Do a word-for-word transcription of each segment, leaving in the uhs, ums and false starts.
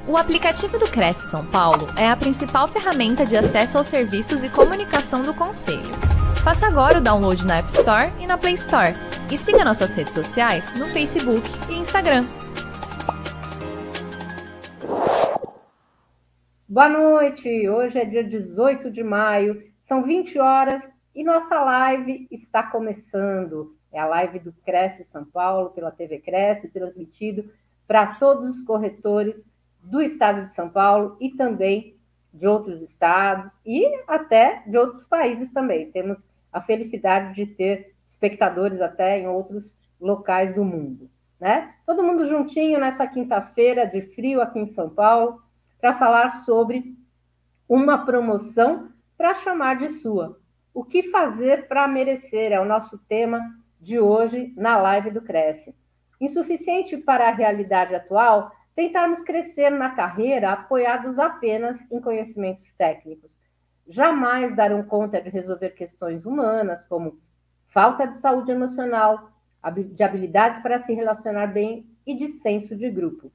O aplicativo do Cresce São Paulo é a principal ferramenta de acesso aos serviços e comunicação do Conselho. Faça agora o download na App Store e na Play Store. E siga nossas redes sociais no Facebook e Instagram. Boa noite, hoje é dia dezoito de maio, são vinte horas e nossa live está começando. É a live do Cresce São Paulo, pela T V Cresce, transmitido para todos os corretores do estado de São Paulo e também de outros estados e até de outros países também. Temos a felicidade de ter espectadores até em outros locais do mundo, né? Todo mundo juntinho nessa quinta-feira de frio aqui em São Paulo para falar sobre uma promoção para chamar de sua. O que fazer para merecer é o nosso tema de hoje na live do Cresce. Insuficiente para a realidade atual, tentarmos crescer na carreira apoiados apenas em conhecimentos técnicos. Jamais darão conta de resolver questões humanas, como falta de saúde emocional, de habilidades para se relacionar bem e de senso de grupo.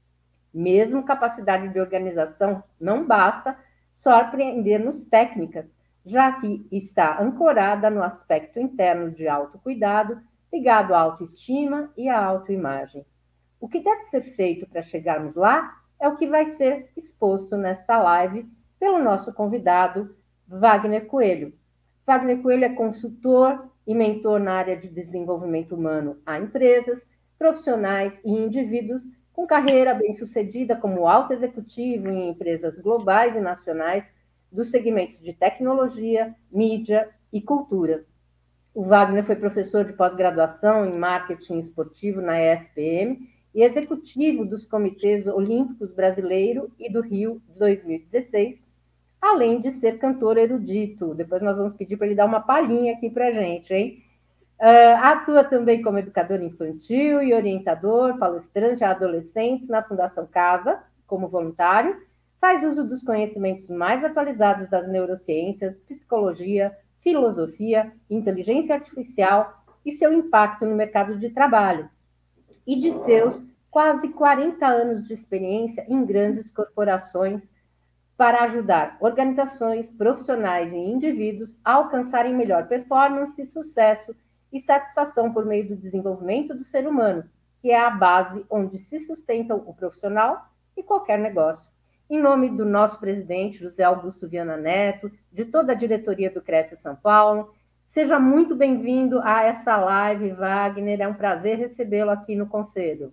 Mesmo capacidade de organização não basta só aprender-nos técnicas, já que está ancorada no aspecto interno de autocuidado, ligado à autoestima e à autoimagem. O que deve ser feito para chegarmos lá é o que vai ser exposto nesta live pelo nosso convidado, Wagner Coelho. Wagner Coelho é consultor e mentor na área de desenvolvimento humano a empresas, profissionais e indivíduos com carreira bem-sucedida como alto executivo em empresas globais e nacionais dos segmentos de tecnologia, mídia e cultura. O Wagner foi professor de pós-graduação em marketing esportivo na E S P M e executivo dos comitês olímpicos brasileiro e do Rio de dois mil e dezesseis, além de ser cantor erudito. Depois nós vamos pedir para ele dar uma palhinha aqui para a gente, hein? Uh, atua também como educador infantil e orientador, palestrante a adolescentes na Fundação Casa, como voluntário, faz uso dos conhecimentos mais atualizados das neurociências, psicologia, filosofia, inteligência artificial e seu impacto no mercado de trabalho, e de seus quase quarenta anos de experiência em grandes corporações para ajudar organizações, profissionais e indivíduos a alcançarem melhor performance, sucesso e satisfação por meio do desenvolvimento do ser humano, que é a base onde se sustentam o profissional e qualquer negócio. Em nome do nosso presidente, José Augusto Viana Neto, de toda a diretoria do Cresce São Paulo, seja muito bem-vindo a essa live, Wagner. É um prazer recebê-lo aqui no Conselho.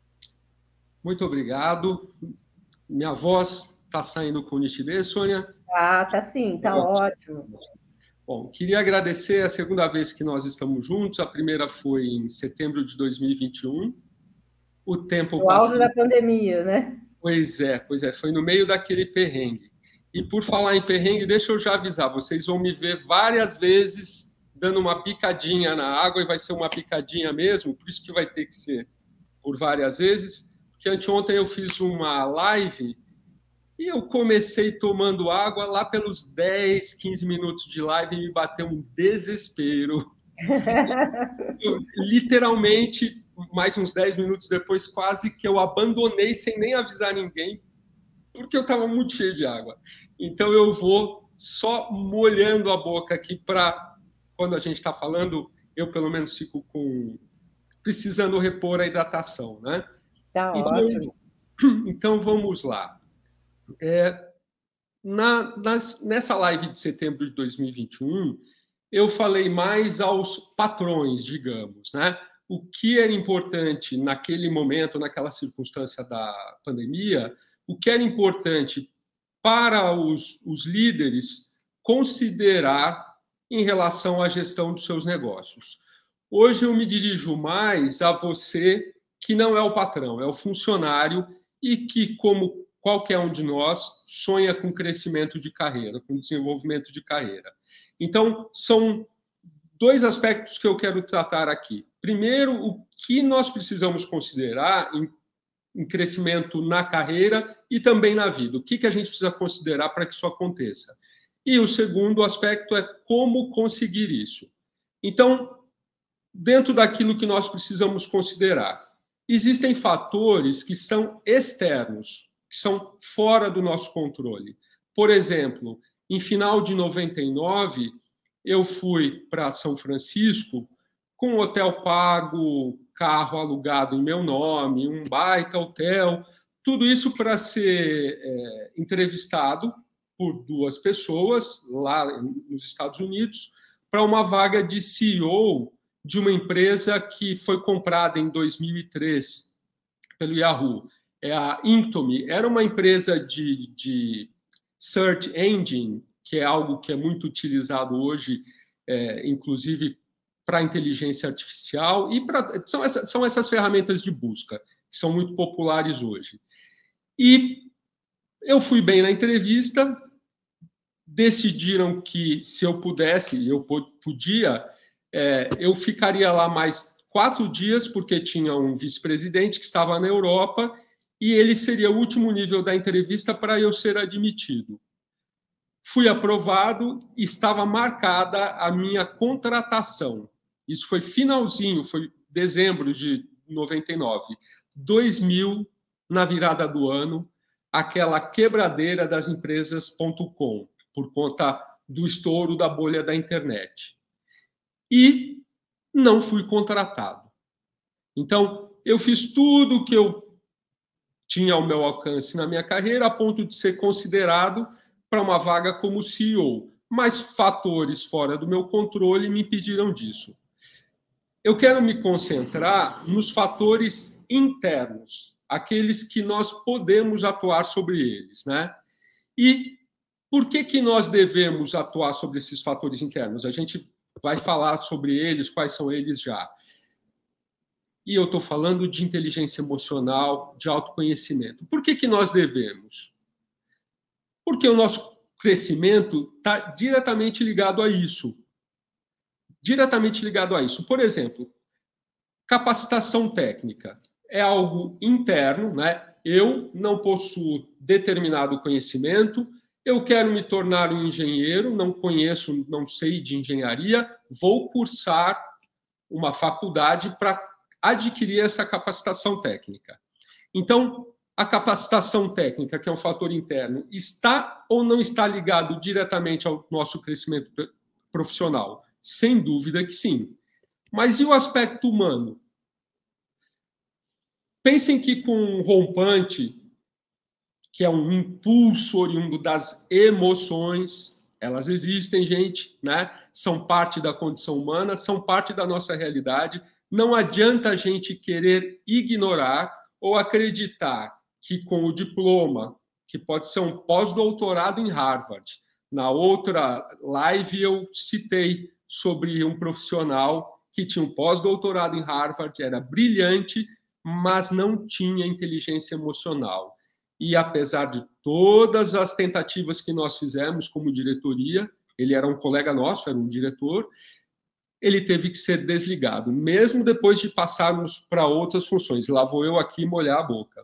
Muito obrigado. Minha voz está saindo com nitidez, Sônia? Ah, tá sim, tá ótimo. ótimo. Bom, queria agradecer a segunda vez que nós estamos juntos. A primeira foi em setembro de dois mil e vinte e um. O tempo o auge da pandemia, né? Pois é, pois é. Foi no meio daquele perrengue. E por falar em perrengue, deixa eu já avisar. Vocês vão me ver várias vezes dando uma picadinha na água, e vai ser uma picadinha mesmo, por isso que vai ter que ser por várias vezes. Porque anteontem eu fiz uma live e eu comecei tomando água, lá pelos dez, quinze minutos de live me bateu um desespero. Eu, literalmente, mais uns dez minutos depois, quase que eu abandonei sem nem avisar ninguém, porque eu estava muito cheio de água. Então eu vou só molhando a boca aqui para, quando a gente está falando, eu pelo menos fico com precisando repor a hidratação, né? Tá então, ótimo. Então vamos lá. É, na, nas, nessa live de setembro de dois mil e vinte e um, eu falei mais aos patrões, digamos, né? O que era importante naquele momento, naquela circunstância da pandemia, o que era importante para os, os líderes considerar em relação à gestão dos seus negócios. Hoje eu me dirijo mais a você que não é o patrão, é o funcionário e que, como qualquer um de nós, sonha com crescimento de carreira, com desenvolvimento de carreira. Então, são dois aspectos que eu quero tratar aqui. Primeiro, o que nós precisamos considerar em, em crescimento na carreira e também na vida. O que, que a gente precisa considerar para que isso aconteça. E o segundo aspecto é como conseguir isso. Então, dentro daquilo que nós precisamos considerar, existem fatores que são externos, que que são fora do nosso controle. Por exemplo, em final de noventa e nove, eu fui para São Francisco com um hotel pago, carro alugado em meu nome, um baita hotel, tudo isso para ser é, entrevistado por duas pessoas lá nos Estados Unidos para uma vaga de C E O de uma empresa que foi comprada em dois mil e três pelo Yahoo. É a Inktomi. Era uma empresa de, de search engine, que é algo que é muito utilizado hoje, é, inclusive para inteligência artificial, e pra, são, essas, são essas ferramentas de busca, que são muito populares hoje. E eu fui bem na entrevista, decidiram que, se eu pudesse, eu podia, é, eu ficaria lá mais quatro dias, porque tinha um vice-presidente que estava na Europa, e ele seria o último nível da entrevista para eu ser admitido. Fui aprovado e estava marcada a minha contratação. Isso foi finalzinho, foi dezembro de noventa e nove. dois mil, na virada do ano, aquela quebradeira das empresas ponto com, por conta do estouro da bolha da internet. E não fui contratado. Então, eu fiz tudo o que eu tinha ao meu alcance na minha carreira, a ponto de ser considerado para uma vaga como C E O. Mas fatores fora do meu controle me impediram disso. Eu quero me concentrar nos fatores internos, aqueles que nós podemos atuar sobre eles, né? E por que que nós devemos atuar sobre esses fatores internos? A gente vai falar sobre eles, quais são eles já. E eu estou falando de inteligência emocional, de autoconhecimento. Por que que nós devemos? Porque o nosso crescimento está diretamente ligado a isso. Diretamente ligado a isso. Por exemplo, capacitação técnica é algo interno, né? Eu não possuo determinado conhecimento, eu quero me tornar um engenheiro, não conheço, não sei de engenharia, vou cursar uma faculdade para adquirir essa capacitação técnica. Então, a capacitação técnica, que é um fator interno, está ou não está ligado diretamente ao nosso crescimento profissional? Sem dúvida que sim. Mas e o aspecto humano? Pensem que com um rompante, que é um impulso oriundo das emoções, elas existem, gente, né? São parte da condição humana, são parte da nossa realidade. Não adianta a gente querer ignorar ou acreditar que com o diploma, que pode ser um pós-doutorado em Harvard. Na outra live eu citei sobre um profissional que tinha um pós-doutorado em Harvard, era brilhante, mas não tinha inteligência emocional. E apesar de todas as tentativas que nós fizemos como diretoria, ele era um colega nosso, era um diretor, ele teve que ser desligado, mesmo depois de passarmos para outras funções. Lá vou eu aqui molhar a boca.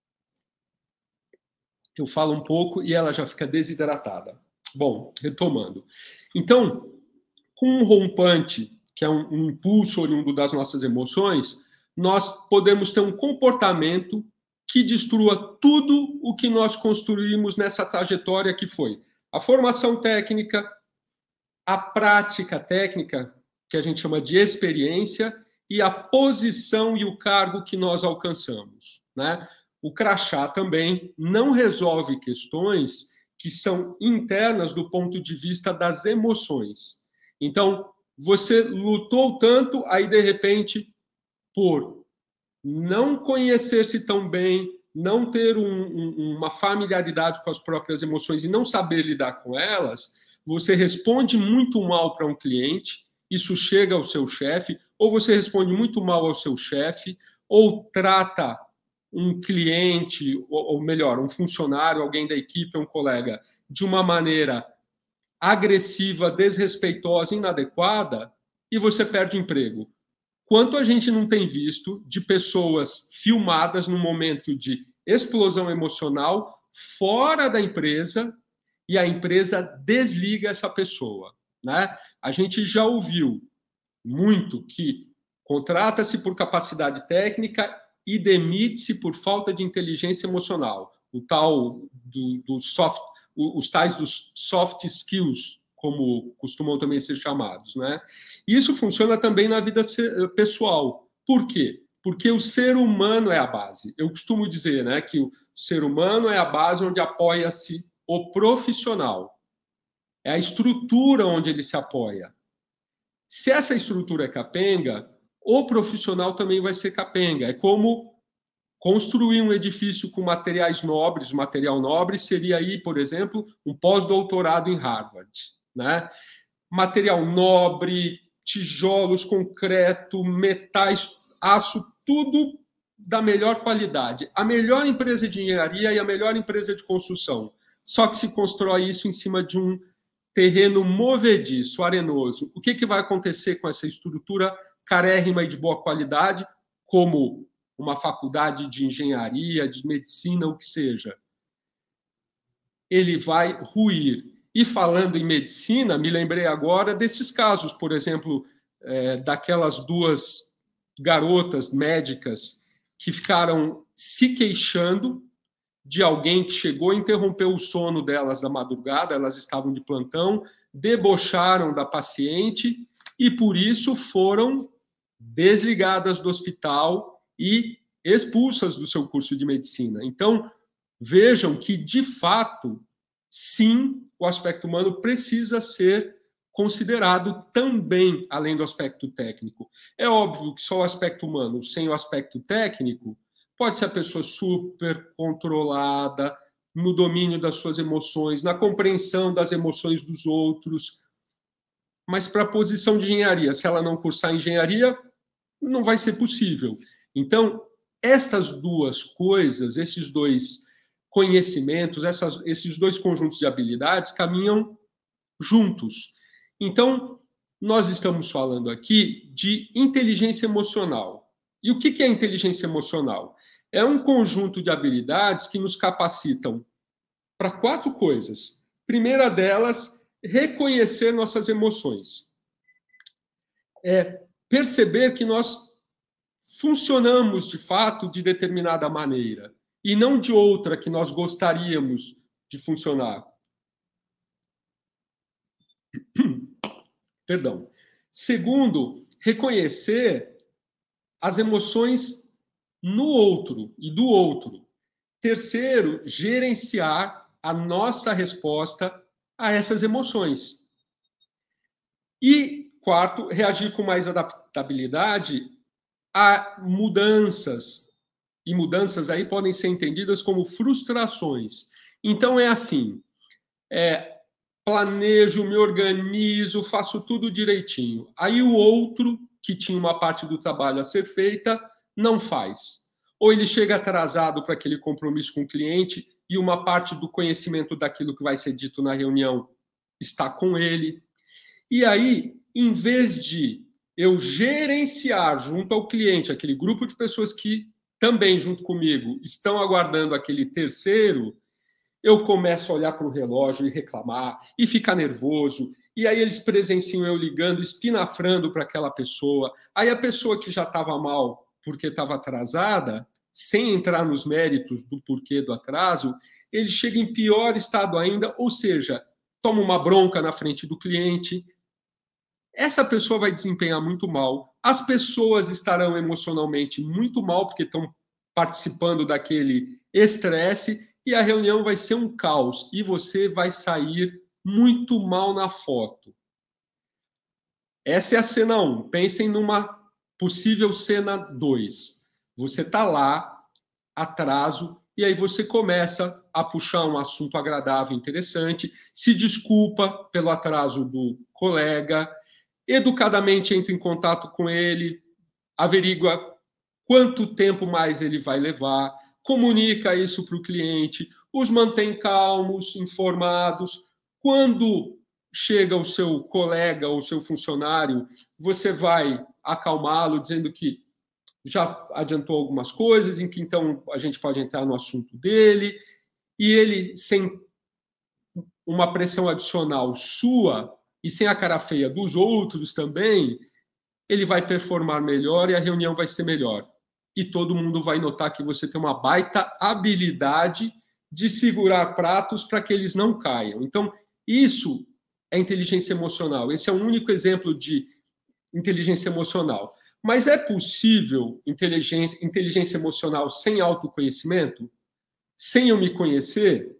Eu falo um pouco e ela já fica desidratada. Bom, retomando. Então, com um rompante, que é um, um impulso oriundo das nossas emoções, nós podemos ter um comportamento que destrua tudo o que nós construímos nessa trajetória que foi a formação técnica, a prática técnica, que a gente chama de experiência, e a posição e o cargo que nós alcançamos, né? O crachá também não resolve questões que são internas do ponto de vista das emoções. Então, você lutou tanto, aí, de repente, por não conhecer-se tão bem, não ter um, um, uma familiaridade com as próprias emoções e não saber lidar com elas, você responde muito mal para um cliente, isso chega ao seu chefe, ou você responde muito mal ao seu chefe, ou trata um cliente, ou melhor, um funcionário, alguém da equipe, um colega, de uma maneira agressiva, desrespeitosa, inadequada, e você perde emprego. Quanto a gente não tem visto de pessoas filmadas no momento de explosão emocional fora da empresa e a empresa desliga essa pessoa, né? A gente já ouviu muito que contrata-se por capacidade técnica e demite-se por falta de inteligência emocional. o tal do, do soft, os tais dos soft skills, como costumam também ser chamados, né? E isso funciona também na vida pessoal. Por quê? Porque o ser humano é a base. Eu costumo dizer, né, que o ser humano é a base onde apoia-se o profissional. É a estrutura onde ele se apoia. Se essa estrutura é capenga, o profissional também vai ser capenga. É como construir um edifício com materiais nobres. O material nobre seria aí, por exemplo, um pós-doutorado em Harvard, né? Material nobre, tijolos, concreto, metais, aço, tudo da melhor qualidade. A melhor empresa de engenharia e a melhor empresa de construção. Só que se constrói isso em cima de um terreno movediço, arenoso. O que, que vai acontecer com essa estrutura carérrima e de boa qualidade, como uma faculdade de engenharia, de medicina, o que seja? Ele vai ruir. E falando em medicina, me lembrei agora desses casos, por exemplo, é, daquelas duas garotas médicas que ficaram se queixando de alguém que chegou e interrompeu o sono delas da madrugada, elas estavam de plantão, debocharam da paciente e, por isso, foram desligadas do hospital e expulsas do seu curso de medicina. Então, vejam que, de fato, sim, o aspecto humano precisa ser considerado também, além do aspecto técnico. É óbvio que só o aspecto humano, sem o aspecto técnico, pode ser a pessoa super controlada, no domínio das suas emoções, na compreensão das emoções dos outros. Mas para a posição de engenharia, se ela não cursar engenharia, não vai ser possível. Então, estas duas coisas, esses dois conhecimentos, essas, esses dois conjuntos de habilidades caminham juntos. Então, nós estamos falando aqui de inteligência emocional. E o que é inteligência emocional? É um conjunto de habilidades que nos capacitam para quatro coisas. Primeira delas, reconhecer nossas emoções. É perceber que nós funcionamos, de fato, de determinada maneira e não de outra que nós gostaríamos de funcionar. Perdão. Segundo, reconhecer as emoções no outro e do outro. Terceiro, gerenciar a nossa resposta a essas emoções. E quarto, reagir com mais adaptabilidade a mudanças. E mudanças aí podem ser entendidas como frustrações. Então é assim, é, planejo, me organizo, faço tudo direitinho. Aí o outro, que tinha uma parte do trabalho a ser feita, não faz. Ou ele chega atrasado para aquele compromisso com o cliente e uma parte do conhecimento daquilo que vai ser dito na reunião está com ele. E aí, em vez de eu gerenciar junto ao cliente, aquele grupo de pessoas que também, junto comigo, estão aguardando aquele terceiro, eu começo a olhar para o relógio e reclamar, e ficar nervoso, e aí eles presenciam eu ligando, espinafrando para aquela pessoa. Aí a pessoa que já estava mal porque estava atrasada, sem entrar nos méritos do porquê do atraso, ele chega em pior estado ainda, ou seja, toma uma bronca na frente do cliente. Essa pessoa vai desempenhar muito mal. As pessoas estarão emocionalmente muito mal, porque estão participando daquele estresse, e a reunião vai ser um caos, e você vai sair muito mal na foto. Essa é a cena um. Pensem numa possível cena dois. Você está lá, atraso, e aí você começa a puxar um assunto agradável, interessante, se desculpa pelo atraso do colega, educadamente entra em contato com ele, averigua quanto tempo mais ele vai levar, comunica isso para o cliente, os mantém calmos, informados. Quando chega o seu colega ou o seu funcionário, você vai acalmá-lo, dizendo que já adiantou algumas coisas, em que então a gente pode entrar no assunto dele, e ele, sem uma pressão adicional sua, e sem a cara feia dos outros também, ele vai performar melhor e a reunião vai ser melhor. E todo mundo vai notar que você tem uma baita habilidade de segurar pratos para que eles não caiam. Então, isso é inteligência emocional. Esse é o único exemplo de inteligência emocional. Mas é possível inteligência, inteligência emocional sem autoconhecimento? Sem eu me conhecer?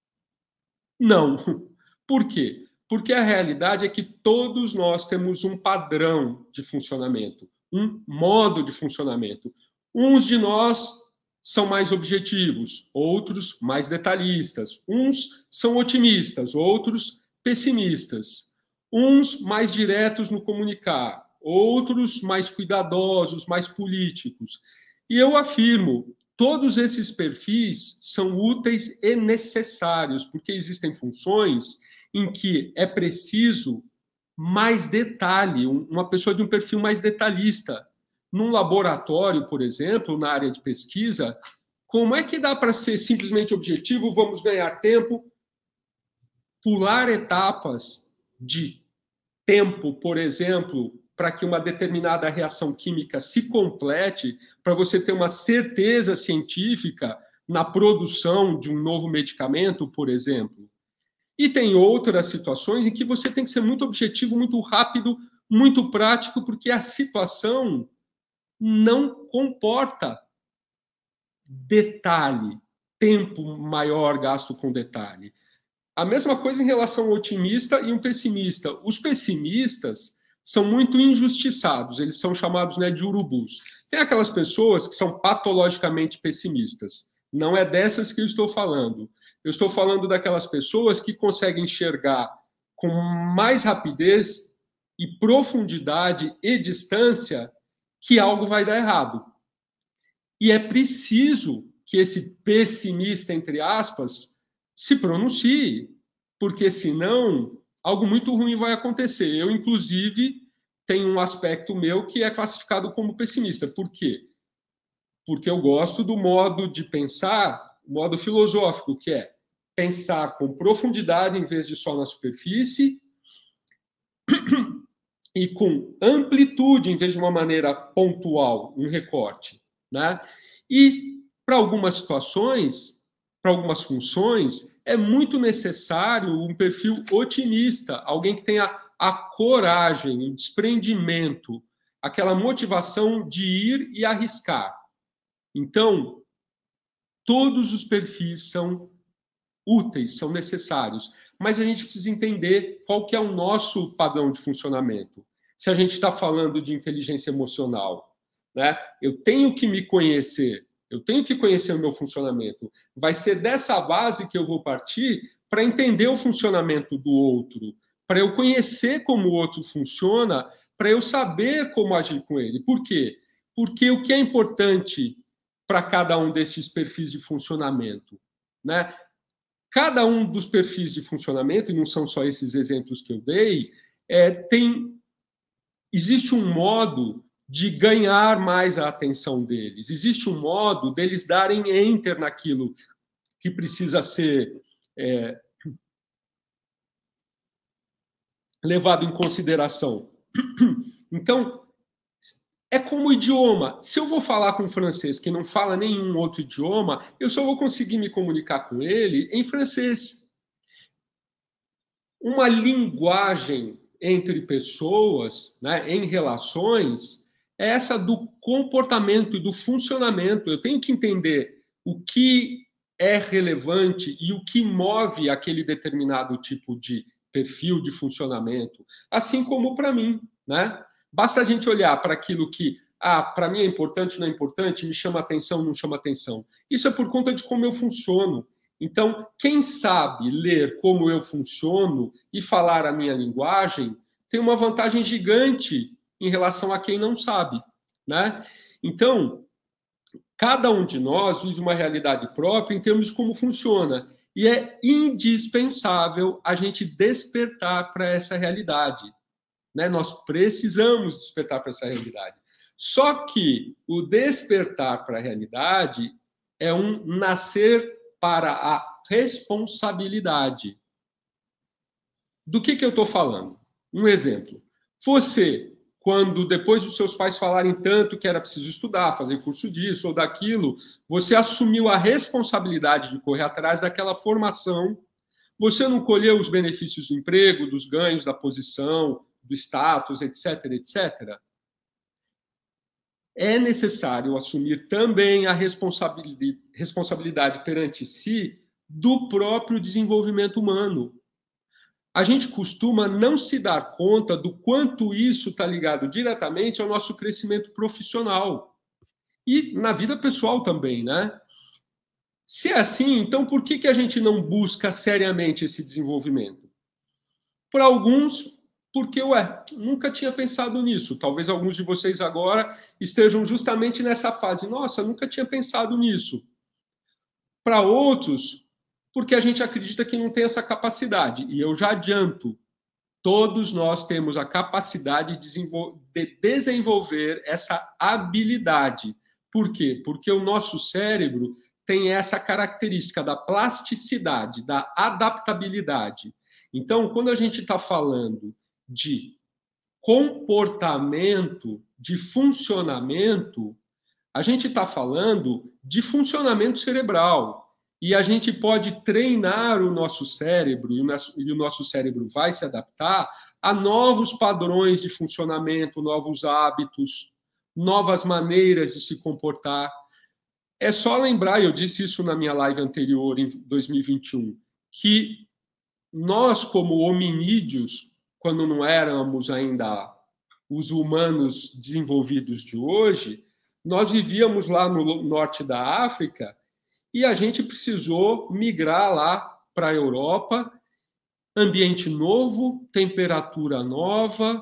Não. Por quê? Porque a realidade é que todos nós temos um padrão de funcionamento, um modo de funcionamento. Uns de nós são mais objetivos, outros mais detalhistas. Uns são otimistas, outros pessimistas. Uns mais diretos no comunicar, outros mais cuidadosos, mais políticos. E eu afirmo, todos esses perfis são úteis e necessários, porque existem funções em que é preciso mais detalhe, uma pessoa de um perfil mais detalhista. Num laboratório, por exemplo, na área de pesquisa, como é que dá para ser simplesmente objetivo, vamos ganhar tempo, pular etapas de tempo, por exemplo, para que uma determinada reação química se complete, para você ter uma certeza científica na produção de um novo medicamento, por exemplo. E tem outras situações em que você tem que ser muito objetivo, muito rápido, muito prático, porque a situação não comporta detalhe, tempo maior gasto com detalhe. A mesma coisa em relação ao otimista e um pessimista. Os pessimistas são muito injustiçados, eles são chamados, né, de urubus. Tem aquelas pessoas que são patologicamente pessimistas. Não é dessas que eu estou falando. Eu estou falando daquelas pessoas que conseguem enxergar com mais rapidez e profundidade e distância que algo vai dar errado. E é preciso que esse pessimista, entre aspas, se pronuncie, porque senão algo muito ruim vai acontecer. Eu, inclusive, tenho um aspecto meu que é classificado como pessimista. Por quê? Porque eu gosto do modo de pensar, o modo filosófico, que é pensar com profundidade em vez de só na superfície e com amplitude em vez de uma maneira pontual, um recorte, né? E para algumas situações, para algumas funções, é muito necessário um perfil otimista, alguém que tenha a coragem, o desprendimento, aquela motivação de ir e arriscar. Então, todos os perfis são úteis, são necessários, mas a gente precisa entender qual que é o nosso padrão de funcionamento. Se a gente está falando de inteligência emocional, né? Eu tenho que me conhecer, eu tenho que conhecer o meu funcionamento. Vai ser dessa base que eu vou partir para entender o funcionamento do outro, para eu conhecer como o outro funciona, para eu saber como agir com ele. Por quê? Porque o que é importante para cada um desses perfis de funcionamento, né? Cada um dos perfis de funcionamento, e não são só esses exemplos que eu dei, é, tem, existe um modo de ganhar mais a atenção deles, existe um modo deles darem enter naquilo que precisa ser é, levado em consideração. Então, é como o idioma. Se eu vou falar com um francês que não fala nenhum outro idioma, eu só vou conseguir me comunicar com ele em francês. Uma linguagem entre pessoas, né, em relações, é essa do comportamento e do funcionamento. Eu tenho que entender o que é relevante e o que move aquele determinado tipo de perfil de funcionamento, assim como para mim, né? Basta a gente olhar para aquilo que, ah, para mim é importante, não é importante, me chama atenção, não chama atenção. Isso é por conta de como eu funciono. Então, quem sabe ler como eu funciono e falar a minha linguagem tem uma vantagem gigante em relação a quem não sabe, né? Então, cada um de nós vive uma realidade própria em termos de como funciona. E é indispensável a gente despertar para essa realidade. Né? Nós precisamos despertar para essa realidade. Só que o despertar para a realidade é um nascer para a responsabilidade. Do que, que eu estou falando? Um exemplo. Você, quando, depois dos seus pais falarem tanto que era preciso estudar, fazer curso disso ou daquilo, você assumiu a responsabilidade de correr atrás daquela formação, você não colheu os benefícios do emprego, dos ganhos, da posição, do status, etc, etcétera. É necessário assumir também a responsabilidade, responsabilidade perante si do próprio desenvolvimento humano. A gente costuma não se dar conta do quanto isso está ligado diretamente ao nosso crescimento profissional. E na vida pessoal também, né? Se é assim, então por que, que a gente não busca seriamente esse desenvolvimento? Para alguns, porque, ué, nunca tinha pensado nisso. Talvez alguns de vocês agora estejam justamente nessa fase. Nossa, nunca tinha pensado nisso. Para outros, porque a gente acredita que não tem essa capacidade. E eu já adianto, todos nós temos a capacidade de desenvolver essa habilidade. Por quê? Porque o nosso cérebro tem essa característica da plasticidade, da adaptabilidade. Então, quando a gente está falando de comportamento, de funcionamento, a gente está falando de funcionamento cerebral. E a gente pode treinar o nosso cérebro, e o nosso cérebro vai se adaptar a novos padrões de funcionamento, novos hábitos, novas maneiras de se comportar. É só lembrar, eu disse isso na minha live anterior, em dois mil e vinte e um, que nós, como hominídeos, quando não éramos ainda os humanos desenvolvidos de hoje, nós vivíamos lá no norte da África e a gente precisou migrar lá para a Europa, ambiente novo, temperatura nova,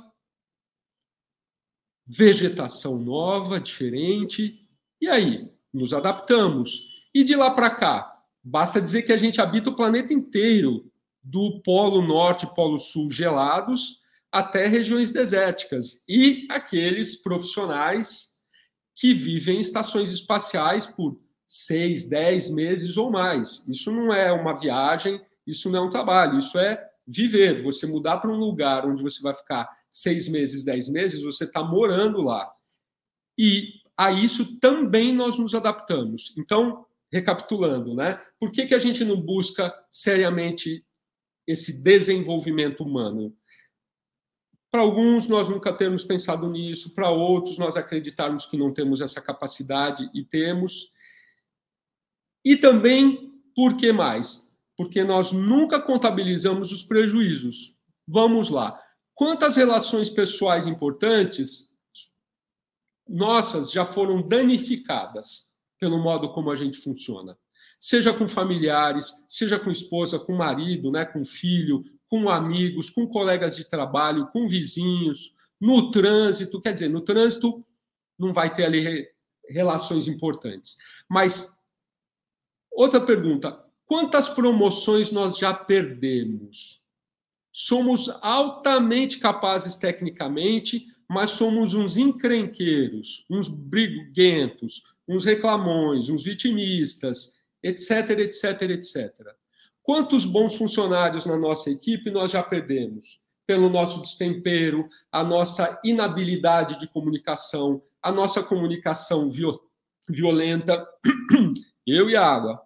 vegetação nova, diferente. E aí, nos adaptamos. E de lá para cá, basta dizer que a gente habita o planeta inteiro, do Polo Norte e Polo Sul gelados até regiões desérticas. E aqueles profissionais que vivem em estações espaciais por seis, dez meses ou mais. Isso não é uma viagem, isso não é um trabalho, isso é viver. Você mudar para um lugar onde você vai ficar seis meses, dez meses, você está morando lá. E a isso também nós nos adaptamos. Então, recapitulando, né? Por que, que a gente não busca seriamente esse desenvolvimento humano? Para alguns, nós nunca temos pensado nisso, para outros, nós acreditarmos que não temos essa capacidade e temos. E também, por que mais? Porque nós nunca contabilizamos os prejuízos. Vamos lá. Quantas relações pessoais importantes nossas já foram danificadas pelo modo como a gente funciona? Seja com familiares, seja com esposa, com marido, né, com filho, com amigos, com colegas de trabalho, com vizinhos, no trânsito. Quer dizer, no trânsito não vai ter ali relações importantes. Mas outra pergunta, quantas promoções nós já perdemos? Somos altamente capazes tecnicamente, mas somos uns encrenqueiros, uns briguentos, uns reclamões, uns vitimistas, etc, etc, etcétera. Quantos bons funcionários na nossa equipe nós já perdemos? Pelo nosso destempero, a nossa inabilidade de comunicação, a nossa comunicação violenta. Eu e a água.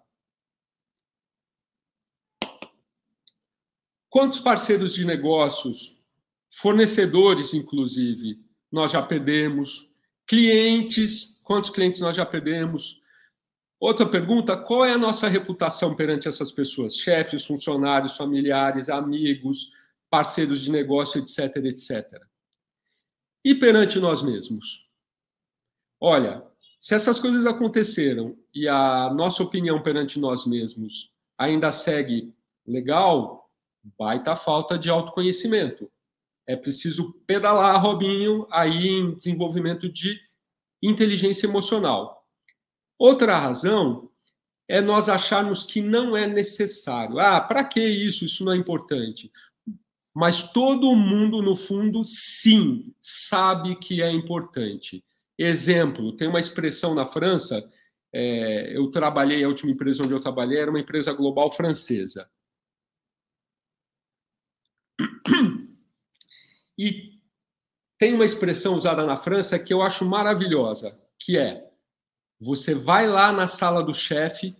Quantos parceiros de negócios, fornecedores, inclusive, nós já perdemos? Clientes, quantos clientes nós já perdemos? Outra pergunta, qual é a nossa reputação perante essas pessoas? Chefes, funcionários, familiares, amigos, parceiros de negócio, etc, etcétera. E perante nós mesmos? Olha, se essas coisas aconteceram e a nossa opinião perante nós mesmos ainda segue legal, baita falta de autoconhecimento. É preciso pedalar, Robinho, aí em desenvolvimento de inteligência emocional. Outra razão é nós acharmos que não é necessário. Ah, para que isso? Isso não é importante. Mas todo mundo, no fundo, sim, sabe que é importante. Exemplo, tem uma expressão na França, é, eu trabalhei, a última empresa onde eu trabalhei era uma empresa global francesa. E tem uma expressão usada na França que eu acho maravilhosa, que é: você vai lá na sala do chefe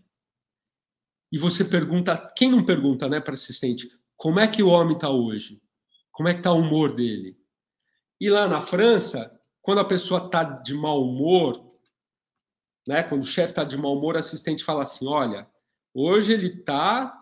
e você pergunta, quem não pergunta, né, para assistente, como é que o homem está hoje? Como é que está o humor dele? E lá na França, quando a pessoa está de mau humor, né, quando o chefe está de mau humor, o assistente fala assim: olha, hoje ele está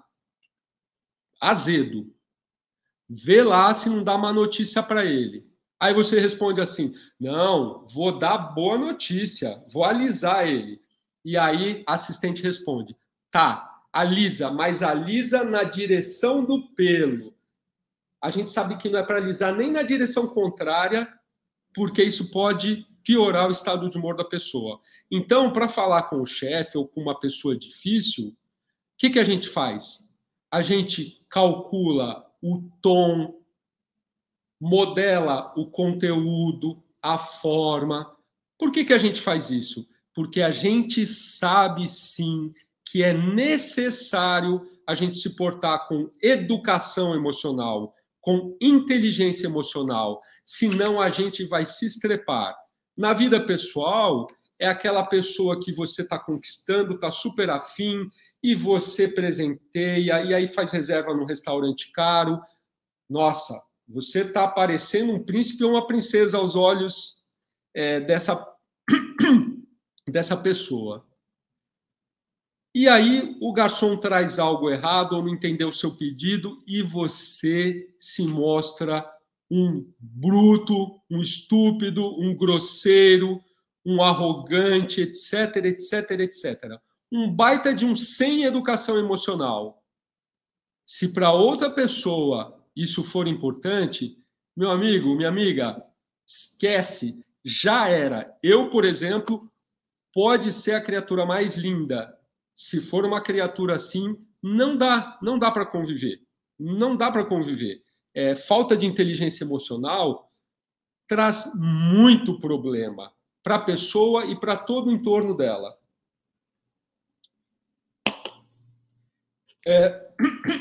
azedo. Vê lá se não dá má notícia para ele. Aí você responde assim: não, vou dar boa notícia, vou alisar ele. E aí a assistente responde: tá, alisa, mas alisa na direção do pelo. A gente sabe que não é para alisar nem na direção contrária, porque isso pode piorar o estado de humor da pessoa. Então, para falar com o chefe ou com uma pessoa difícil, o que, que a gente faz? A gente calcula o tom, modela o conteúdo, a forma. Por que, que a gente faz isso? Porque a gente sabe, sim, que é necessário a gente se portar com educação emocional, com inteligência emocional, senão a gente vai se estrepar. Na vida pessoal, é aquela pessoa que você está conquistando, está super afim, e você presenteia, e aí faz reserva num restaurante caro. Nossa, você está parecendo um príncipe ou uma princesa aos olhos é, dessa, dessa pessoa. E aí o garçom traz algo errado ou não entendeu o seu pedido e você se mostra um bruto, um estúpido, um grosseiro, um arrogante, etc, etc, etcétera. Um baita de um sem educação emocional. Se para outra pessoa isso for importante, meu amigo, minha amiga, esquece, já era. Eu, por exemplo, pode ser a criatura mais linda. Se for uma criatura assim, não dá, não dá para conviver. Não dá para conviver. É, falta de inteligência emocional traz muito problema para a pessoa e para todo o entorno dela. É...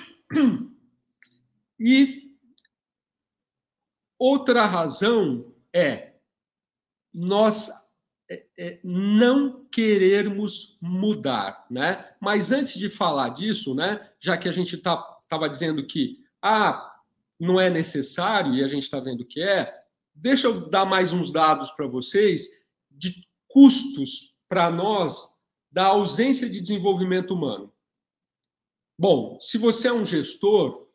E outra razão é nós é, é, não querermos mudar, né? Mas antes de falar disso, né, já que a gente estava tá, dizendo que ah, não é necessário e a gente está vendo que é, deixa eu dar mais uns dados para vocês de custos para nós da ausência de desenvolvimento humano. Bom, se você é um gestor,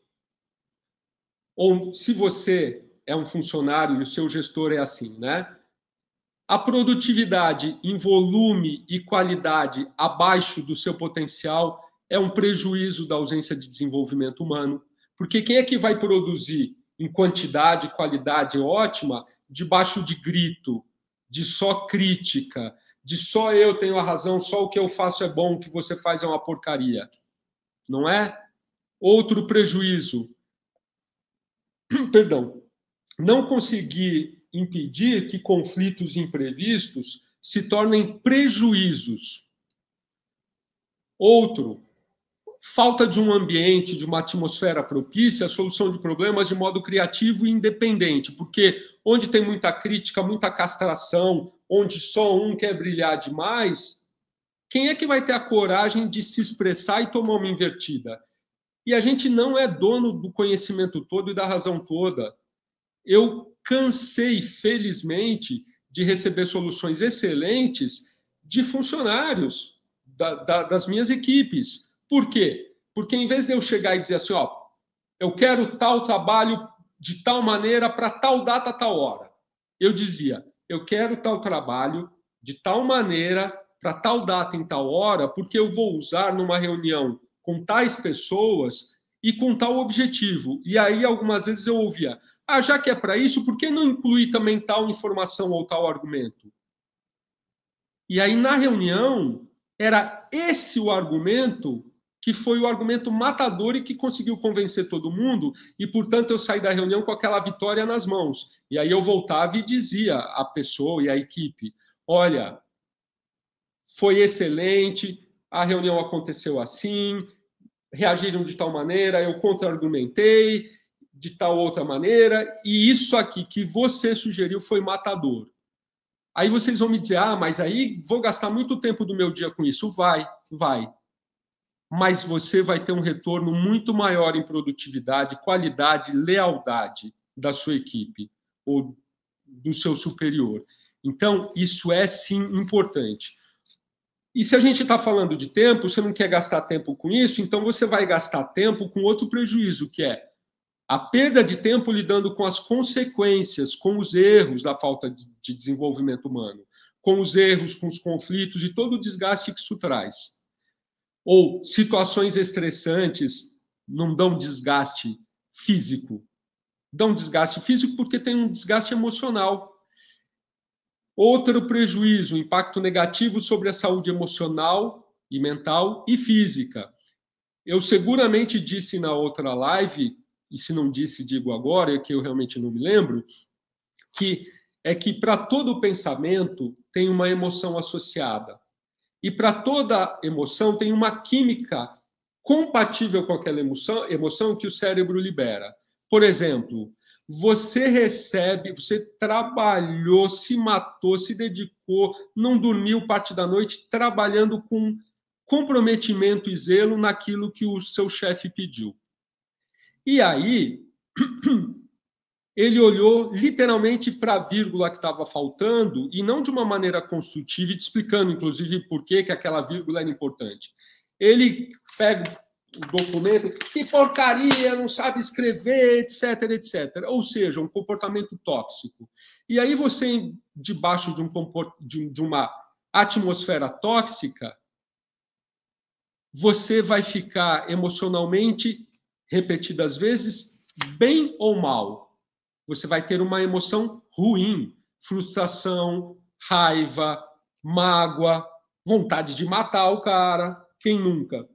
ou se você é um funcionário e o seu gestor é assim, né? A produtividade em volume e qualidade abaixo do seu potencial é um prejuízo da ausência de desenvolvimento humano. Porque quem é que vai produzir em quantidade e qualidade ótima debaixo de grito, de só crítica, de só eu tenho a razão, só o que eu faço é bom, o que você faz é uma porcaria? Não é? Outro prejuízo. Perdão. Não conseguir impedir que conflitos imprevistos se tornem prejuízos. Outro, falta de um ambiente, de uma atmosfera propícia à solução de problemas de modo criativo e independente, porque onde tem muita crítica, muita castração, onde só um quer brilhar demais, quem é que vai ter a coragem de se expressar e tomar uma invertida? E a gente não é dono do conhecimento todo e da razão toda. Eu cansei, felizmente, de receber soluções excelentes de funcionários da, da, das minhas equipes. Por quê? Porque em vez de eu chegar e dizer assim, ó, eu quero tal trabalho de tal maneira para tal data, tal hora, eu dizia, eu quero tal trabalho de tal maneira para tal data em tal hora, porque eu vou usar numa reunião com tais pessoas e com tal objetivo. E aí, algumas vezes eu ouvia, ah, já que é para isso, por que não incluir também tal informação ou tal argumento? E aí, na reunião, era esse o argumento que foi o argumento matador e que conseguiu convencer todo mundo, e, portanto, eu saí da reunião com aquela vitória nas mãos. E aí eu voltava e dizia à pessoa e à equipe, olha, foi excelente, a reunião aconteceu assim, reagiram de tal maneira, eu contra-argumentei, de tal outra maneira, e isso aqui que você sugeriu foi matador. Aí vocês vão me dizer, ah, mas aí vou gastar muito tempo do meu dia com isso. Vai, vai. Mas você vai ter um retorno muito maior em produtividade, qualidade, lealdade da sua equipe ou do seu superior. Então, isso é, sim, importante. E se a gente está falando de tempo, você não quer gastar tempo com isso, então você vai gastar tempo com outro prejuízo, que é a perda de tempo lidando com as consequências, com os erros da falta de desenvolvimento humano, com os erros, com os conflitos e todo o desgaste que isso traz. Ou situações estressantes não dão desgaste físico. Dão desgaste físico porque tem um desgaste emocional. Outro prejuízo, impacto negativo sobre a saúde emocional e mental e física. Eu seguramente disse na outra live, e se não disse, digo agora, é que eu realmente não me lembro, que é que para todo pensamento tem uma emoção associada. E para toda emoção tem uma química compatível com aquela emoção, emoção que o cérebro libera. Por exemplo, você recebe, você trabalhou, se matou, se dedicou, não dormiu parte da noite, trabalhando com comprometimento e zelo naquilo que o seu chefe pediu. E aí, ele olhou literalmente para a vírgula que estava faltando, e não de uma maneira construtiva, e te explicando, inclusive, por que, que aquela vírgula era importante. Ele pega o documento, que porcaria, não sabe escrever, etc, etcétera. Ou seja, um comportamento tóxico. E aí você, debaixo de, um, de uma atmosfera tóxica, você vai ficar emocionalmente, repetidas vezes, bem ou mal. Você vai ter uma emoção ruim, frustração, raiva, mágoa, vontade de matar o cara, quem nunca?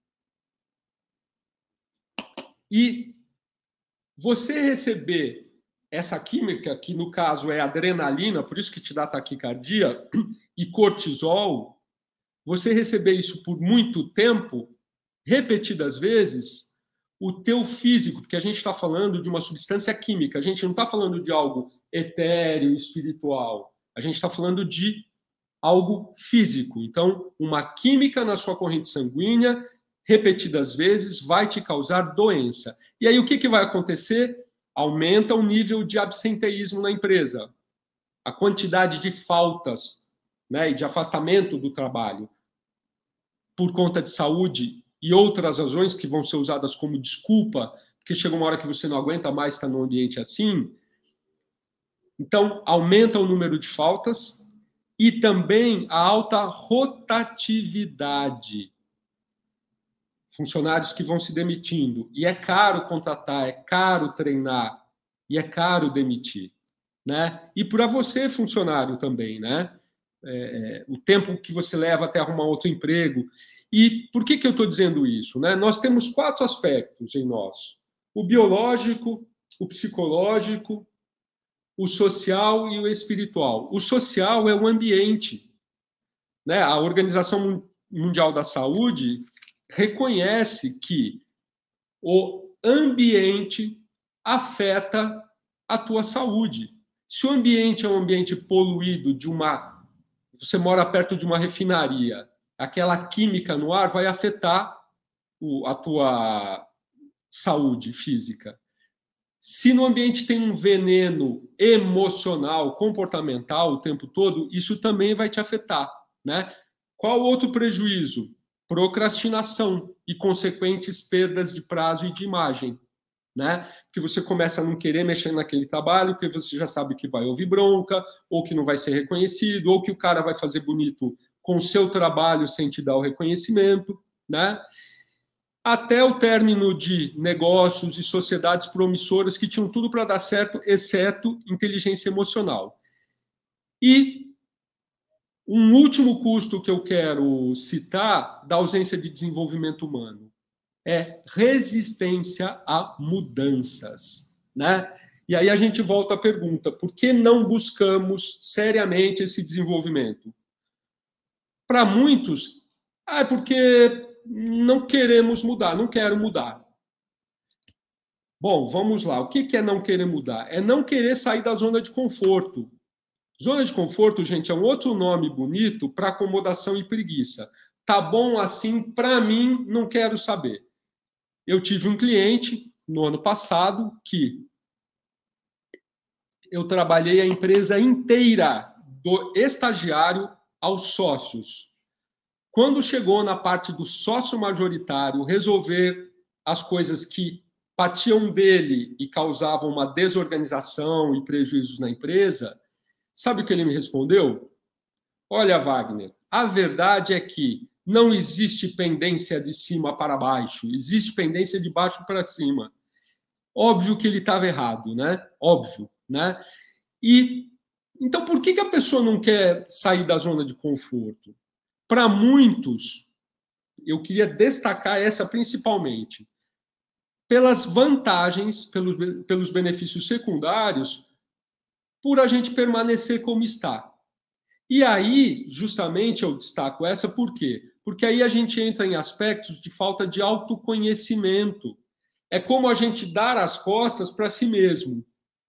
E você receber essa química, que no caso é adrenalina, por isso que te dá taquicardia, e cortisol, você receber isso por muito tempo, repetidas vezes, o teu físico, porque a gente está falando de uma substância química, a gente não está falando de algo etéreo, espiritual, a gente está falando de algo físico. Então, uma química na sua corrente sanguínea, repetidas vezes, vai te causar doença. E aí o que, que vai acontecer? Aumenta o nível de absenteísmo na empresa, a quantidade de faltas, né, e de afastamento do trabalho por conta de saúde e outras razões que vão ser usadas como desculpa, porque chega uma hora que você não aguenta mais estar num ambiente assim. Então, aumenta o número de faltas e também a alta rotatividade. Funcionários que vão se demitindo. E é caro contratar, é caro treinar, e é caro demitir. Né? E para você, funcionário, também, né? É, o tempo que você leva até arrumar outro emprego. E por que, que eu estou dizendo isso? Né? Nós temos quatro aspectos em nós: o biológico, o psicológico, o social e o espiritual. O social é o ambiente. Né? A Organização Mundial da Saúde reconhece que o ambiente afeta a tua saúde. Se o ambiente é um ambiente poluído, de uma, você mora perto de uma refinaria, aquela química no ar vai afetar o, a tua saúde física. Se no ambiente tem um veneno emocional, comportamental o tempo todo, isso também vai te afetar. Né? Qual outro prejuízo? Procrastinação e consequentes perdas de prazo e de imagem. Né? Que você começa a não querer mexer naquele trabalho, porque você já sabe que vai ouvir bronca, ou que não vai ser reconhecido, ou que o cara vai fazer bonito com o seu trabalho sem te dar o reconhecimento. Né? Até o término de negócios e sociedades promissoras que tinham tudo para dar certo, exceto inteligência emocional. E um último custo que eu quero citar da ausência de desenvolvimento humano é resistência a mudanças, né? E aí a gente volta à pergunta: por que não buscamos seriamente esse desenvolvimento? Para muitos, ah, é porque não queremos mudar, não quero mudar. Bom, vamos lá. O que é não querer mudar? É não querer sair da zona de conforto. Zona de conforto, gente, é um outro nome bonito para acomodação e preguiça. Tá bom assim, para mim, não quero saber. Eu tive um cliente no ano passado que eu trabalhei a empresa inteira, do estagiário aos sócios. Quando chegou na parte do sócio majoritário resolver as coisas que partiam dele e causavam uma desorganização e prejuízos na empresa, sabe o que ele me respondeu? Olha, Wagner, a verdade é que não existe pendência de cima para baixo, existe pendência de baixo para cima. Óbvio que ele estava errado, né? Óbvio, né? E então por que que a pessoa não quer sair da zona de conforto? Para muitos, eu queria destacar essa principalmente, pelas vantagens, pelos, pelos benefícios secundários, por a gente permanecer como está. E aí, justamente, eu destaco essa por quê? Porque aí a gente entra em aspectos de falta de autoconhecimento. É como a gente dar as costas para si mesmo.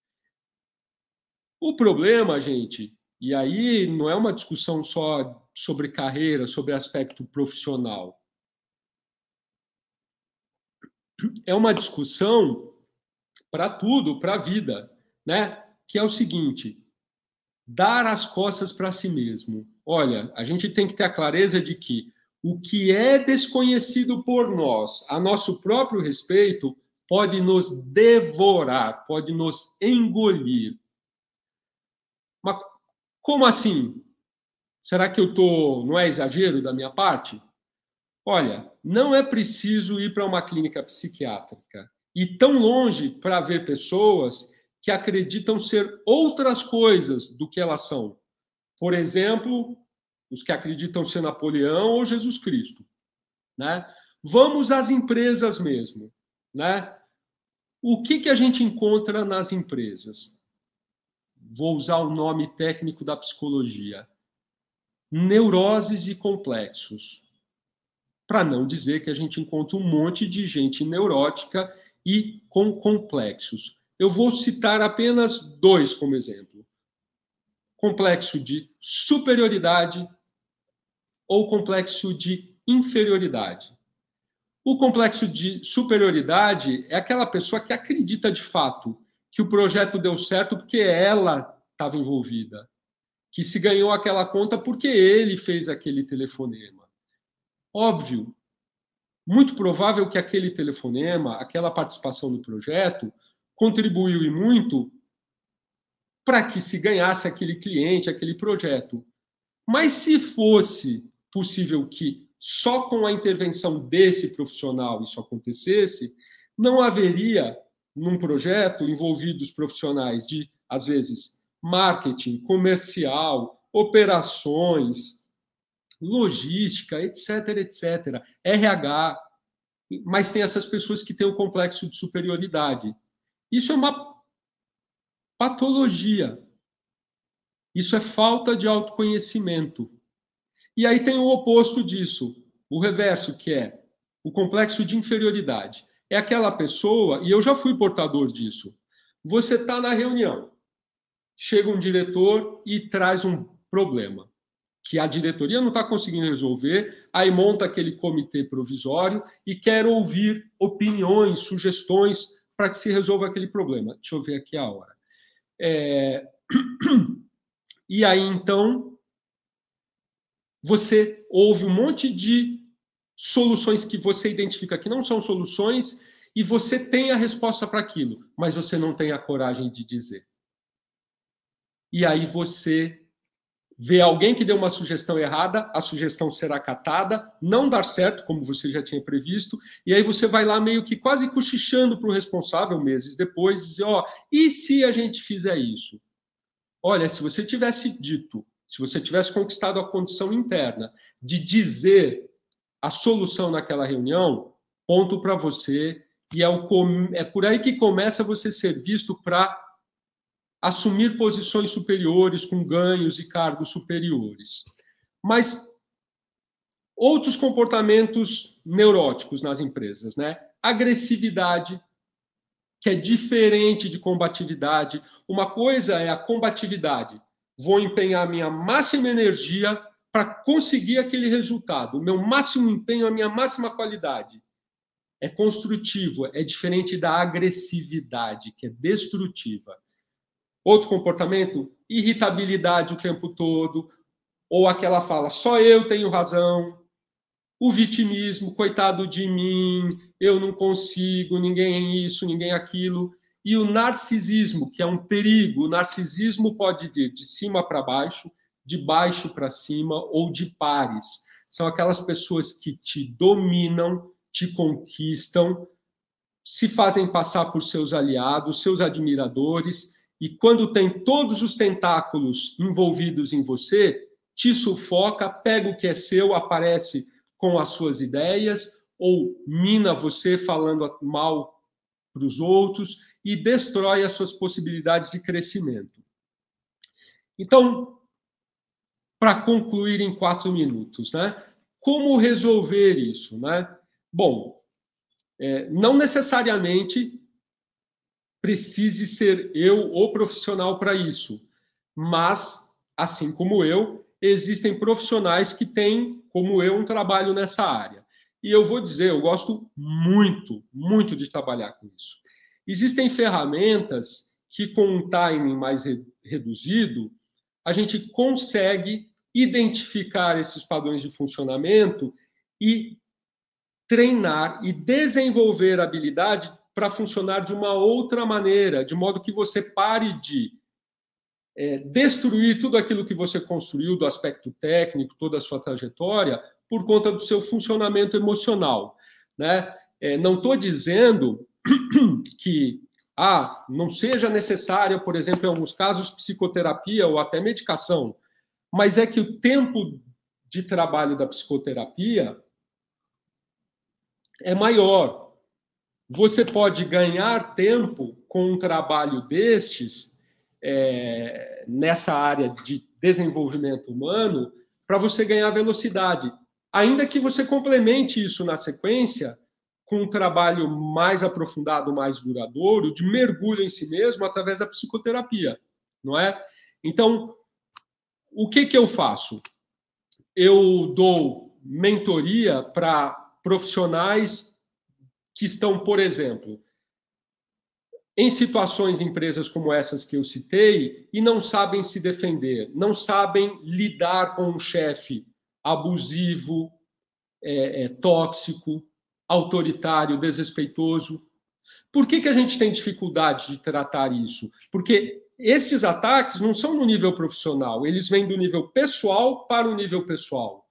O problema, gente, e aí não é uma discussão só sobre carreira, sobre aspecto profissional. É uma discussão para tudo, para a vida, né? Que é o seguinte: dar as costas para si mesmo. Olha, a gente tem que ter a clareza de que o que é desconhecido por nós, a nosso próprio respeito, pode nos devorar, pode nos engolir. Mas como assim? Será que eu tô, não é exagero da minha parte? Olha, não é preciso ir para uma clínica psiquiátrica e tão longe para ver pessoas que acreditam ser outras coisas do que elas são. Por exemplo, os que acreditam ser Napoleão ou Jesus Cristo, né? Vamos às empresas mesmo, né? O que que a gente encontra nas empresas? Vou usar o nome técnico da psicologia: neuroses e complexos. Para não dizer que a gente encontra um monte de gente neurótica e com complexos. Eu vou citar apenas dois como exemplo: complexo de superioridade ou complexo de inferioridade. O complexo de superioridade é aquela pessoa que acredita de fato que o projeto deu certo porque ela estava envolvida, que se ganhou aquela conta porque ele fez aquele telefonema. Óbvio, muito provável que aquele telefonema, aquela participação no projeto, contribuiu e muito para que se ganhasse aquele cliente, aquele projeto. Mas se fosse possível que só com a intervenção desse profissional isso acontecesse, não haveria, num projeto, envolvidos profissionais de, às vezes, marketing, comercial, operações, logística, etc, etcétera, R H, mas tem essas pessoas que têm o complexo de superioridade. Isso é uma patologia. Isso é falta de autoconhecimento. E aí tem o oposto disso, o reverso, que é o complexo de inferioridade. É aquela pessoa, e eu já fui portador disso, você está na reunião, chega um diretor e traz um problema que a diretoria não está conseguindo resolver, aí monta aquele comitê provisório e quer ouvir opiniões, sugestões para que se resolva aquele problema. Deixa eu ver aqui a hora. É... E aí, então, você ouve um monte de soluções que você identifica que não são soluções e você tem a resposta para aquilo, mas você não tem a coragem de dizer. E aí você vê alguém que deu uma sugestão errada, a sugestão será acatada, não dar certo, como você já tinha previsto, e aí você vai lá meio que quase cochichando para o responsável meses depois, dizer, ó, e se a gente fizer isso? Olha, se você tivesse dito, se você tivesse conquistado a condição interna de dizer a solução naquela reunião, ponto para você, e é, o, é por aí que começa você ser visto para assumir posições superiores, com ganhos e cargos superiores. Mas outros comportamentos neuróticos nas empresas, né? Agressividade, que é diferente de combatividade. Uma coisa é a combatividade. Vou empenhar minha máxima energia para conseguir aquele resultado, o meu máximo empenho, a minha máxima qualidade. É construtivo, é diferente da agressividade, que é destrutiva. Outro comportamento, irritabilidade o tempo todo, ou aquela fala, só eu tenho razão, o vitimismo, coitado de mim, eu não consigo, ninguém é isso, ninguém é aquilo. E o narcisismo, que é um perigo. O narcisismo pode vir de cima para baixo, de baixo para cima ou de pares. São aquelas pessoas que te dominam, te conquistam, se fazem passar por seus aliados, seus admiradores, e quando tem todos os tentáculos envolvidos em você, te sufoca, pega o que é seu, aparece com as suas ideias, ou mina você falando mal para os outros e destrói as suas possibilidades de crescimento. Então, para concluir em quatro minutos, né? Como resolver isso, né? Bom, é, não necessariamente precise ser eu o profissional para isso, mas, assim como eu, existem profissionais que têm, como eu, um trabalho nessa área. E eu vou dizer, eu gosto muito, muito de trabalhar com isso. Existem ferramentas que, com um timing mais re- reduzido, a gente consegue identificar esses padrões de funcionamento e treinar e desenvolver a habilidade para funcionar de uma outra maneira, de modo que você pare de é, destruir tudo aquilo que você construiu do aspecto técnico, toda a sua trajetória, por conta do seu funcionamento emocional, né? É, não estou dizendo que ah, não seja necessária, por exemplo, em alguns casos, psicoterapia ou até medicação, mas é que o tempo de trabalho da psicoterapia é maior. Você pode ganhar tempo com um trabalho destes, é, nessa área de desenvolvimento humano, para você ganhar velocidade. Ainda que você complemente isso na sequência com um trabalho mais aprofundado, mais duradouro, de mergulho em si mesmo através da psicoterapia, não é? Então, o que que eu faço? Eu dou mentoria para profissionais que estão, por exemplo, em situações em empresas como essas que eu citei e não sabem se defender, não sabem lidar com um chefe abusivo, é, é, tóxico, autoritário, desrespeitoso. Por que que a gente tem dificuldade de tratar isso? Porque esses ataques não são no nível profissional, eles vêm do nível pessoal para o nível pessoal.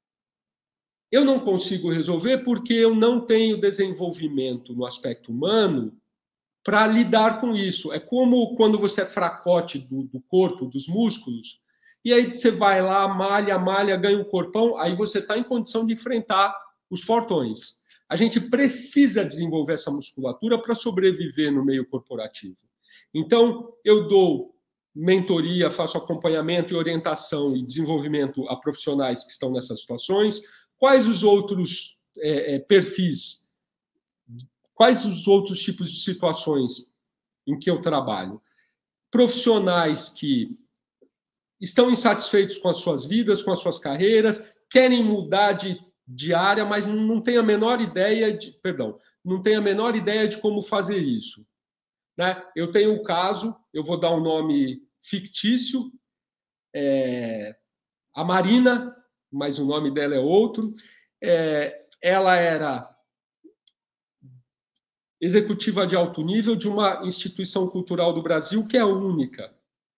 Eu não consigo resolver porque eu não tenho desenvolvimento no aspecto humano para lidar com isso. É como quando você é fracote do, do corpo, dos músculos, e aí você vai lá, malha, malha, ganha um corpão, aí você está em condição de enfrentar os fortões. A gente precisa desenvolver essa musculatura para sobreviver no meio corporativo. Então, eu dou mentoria, faço acompanhamento e orientação e desenvolvimento a profissionais que estão nessas situações. Quais os outros é, é, perfis, quais os outros tipos de situações em que eu trabalho? Profissionais que estão insatisfeitos com as suas vidas, com as suas carreiras, querem mudar de, de área, mas não têm a menor ideia de, perdão, não têm a menor ideia de como fazer isso, né? Eu tenho um caso, eu vou dar um nome fictício, é, a Marina, mas o nome dela é outro. É, ela era executiva de alto nível de uma instituição cultural do Brasil, que é a única.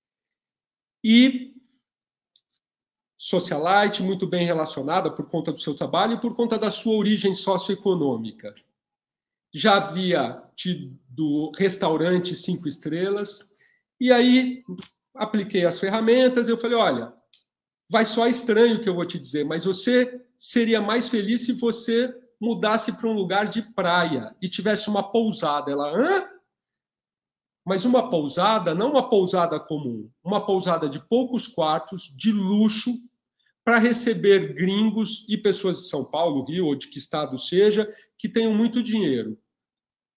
E socialite, muito bem relacionada por conta do seu trabalho e por conta da sua origem socioeconômica. Já havia tido restaurante cinco estrelas, e aí apliquei as ferramentas, eu falei, olha, vai soar estranho o que eu vou te dizer, mas você seria mais feliz se você mudasse para um lugar de praia e tivesse uma pousada. Ela, hã? Mas uma pousada, não uma pousada comum, uma pousada de poucos quartos, de luxo, para receber gringos e pessoas de São Paulo, Rio, ou de que estado seja, que tenham muito dinheiro.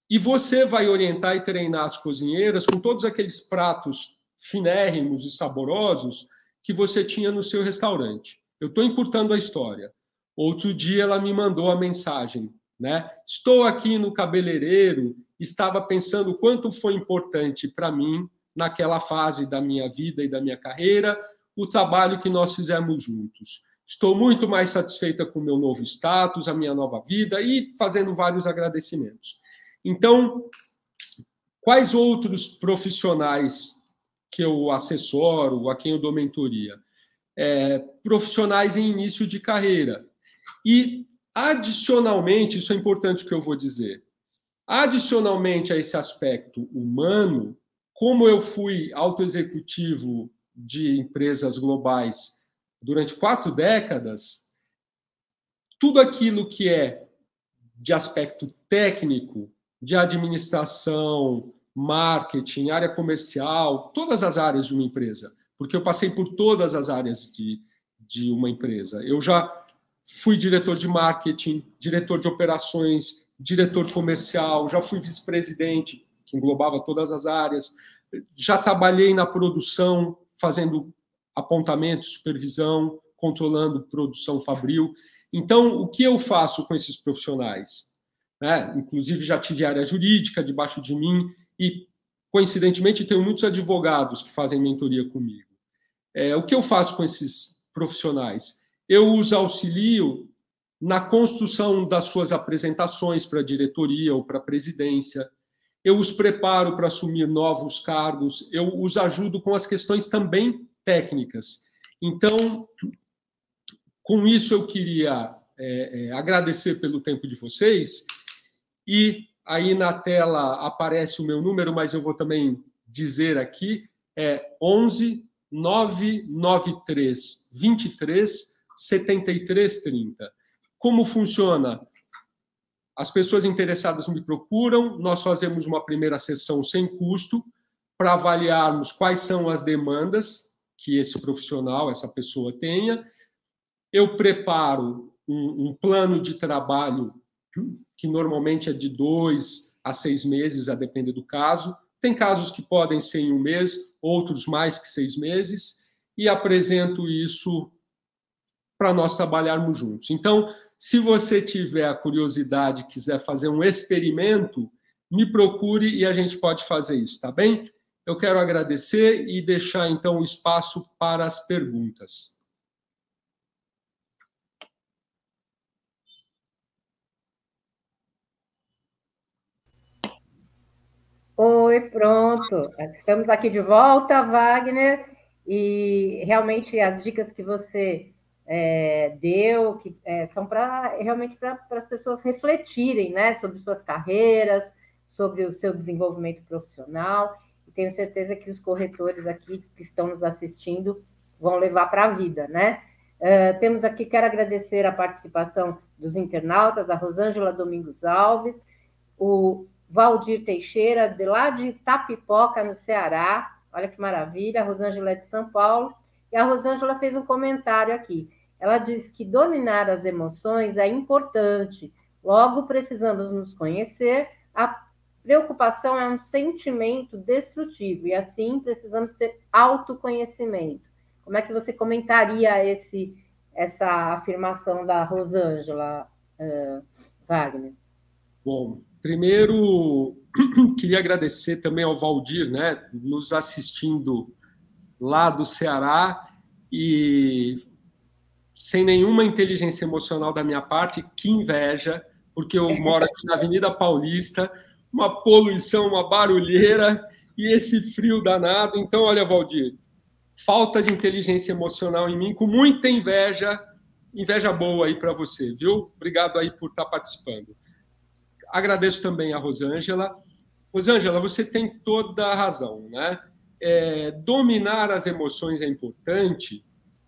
E você vai orientar e treinar as cozinheiras com todos aqueles pratos finérrimos e saborosos que você tinha no seu restaurante. Eu estou encurtando a história. Outro dia ela me mandou a mensagem, né? Estou aqui no cabeleireiro, estava pensando o quanto foi importante para mim, naquela fase da minha vida e da minha carreira, o trabalho que nós fizemos juntos. Estou muito mais satisfeita com o meu novo status, a minha nova vida e fazendo vários agradecimentos. Então, quais outros profissionais que eu assessoro, a quem eu dou mentoria? É, profissionais em início de carreira. E, adicionalmente, isso é importante que eu vou dizer, adicionalmente a esse aspecto humano, como eu fui autoexecutivo de empresas globais durante quatro décadas, tudo aquilo que é de aspecto técnico, de administração, marketing, área comercial, todas as áreas de uma empresa, porque eu passei por todas as áreas de, de uma empresa. Eu já fui diretor de marketing, diretor de operações, diretor comercial, já fui vice-presidente, que englobava todas as áreas, já trabalhei na produção, fazendo apontamento, supervisão, controlando produção fabril. Então, o que eu faço com esses profissionais? Né? Inclusive, já tive área jurídica debaixo de mim e, coincidentemente, tenho muitos advogados que fazem mentoria comigo. É, o que eu faço com esses profissionais? Eu os auxilio na construção das suas apresentações para a diretoria ou para a presidência. Eu os preparo para assumir novos cargos. Eu os ajudo com as questões também técnicas. Então, com isso, eu queria é, é, agradecer pelo tempo de vocês. E aí na tela aparece o meu número, mas eu vou também dizer aqui, é onze nove nove três vinte e três setenta e três trinta. Como funciona? As pessoas interessadas me procuram, nós fazemos uma primeira sessão sem custo para avaliarmos quais são as demandas que esse profissional, essa pessoa tenha. Eu preparo um, um plano de trabalho que normalmente é de dois a seis meses, a depender do caso. Tem casos que podem ser em um mês, outros mais que seis meses, e apresento isso para nós trabalharmos juntos. Então, se você tiver a curiosidade e quiser fazer um experimento, me procure e a gente pode fazer isso, tá bem? Eu quero agradecer e deixar, então, o espaço para as perguntas. Oi, pronto. Estamos aqui de volta, Wagner, e realmente as dicas que você é, deu que, é, são para realmente para as pessoas refletirem, né, sobre suas carreiras, sobre o seu desenvolvimento profissional. E tenho certeza que os corretores aqui que estão nos assistindo vão levar para a vida, né? Uh, temos aqui, quero agradecer a participação dos internautas, a Rosângela Domingos Alves, o Valdir Teixeira, de lá de Itapipoca, no Ceará. Olha que maravilha, a Rosângela é de São Paulo. E a Rosângela fez um comentário aqui. Ela diz que dominar as emoções é importante. Logo, precisamos nos conhecer. A preocupação é um sentimento destrutivo. E, assim, precisamos ter autoconhecimento. Como é que você comentaria esse, essa afirmação da Rosângela, uh, Wagner? Bom, primeiro, queria agradecer também ao Valdir, né, nos assistindo lá do Ceará e sem nenhuma inteligência emocional da minha parte, que inveja, porque eu moro aqui na Avenida Paulista, uma poluição, uma barulheira e esse frio danado. Então, olha, Valdir, falta de inteligência emocional em mim, com muita inveja, inveja boa aí para você, viu? Obrigado aí por estar participando. Agradeço também a Rosângela. Rosângela, você tem toda a razão, né? É, dominar as emoções é importante,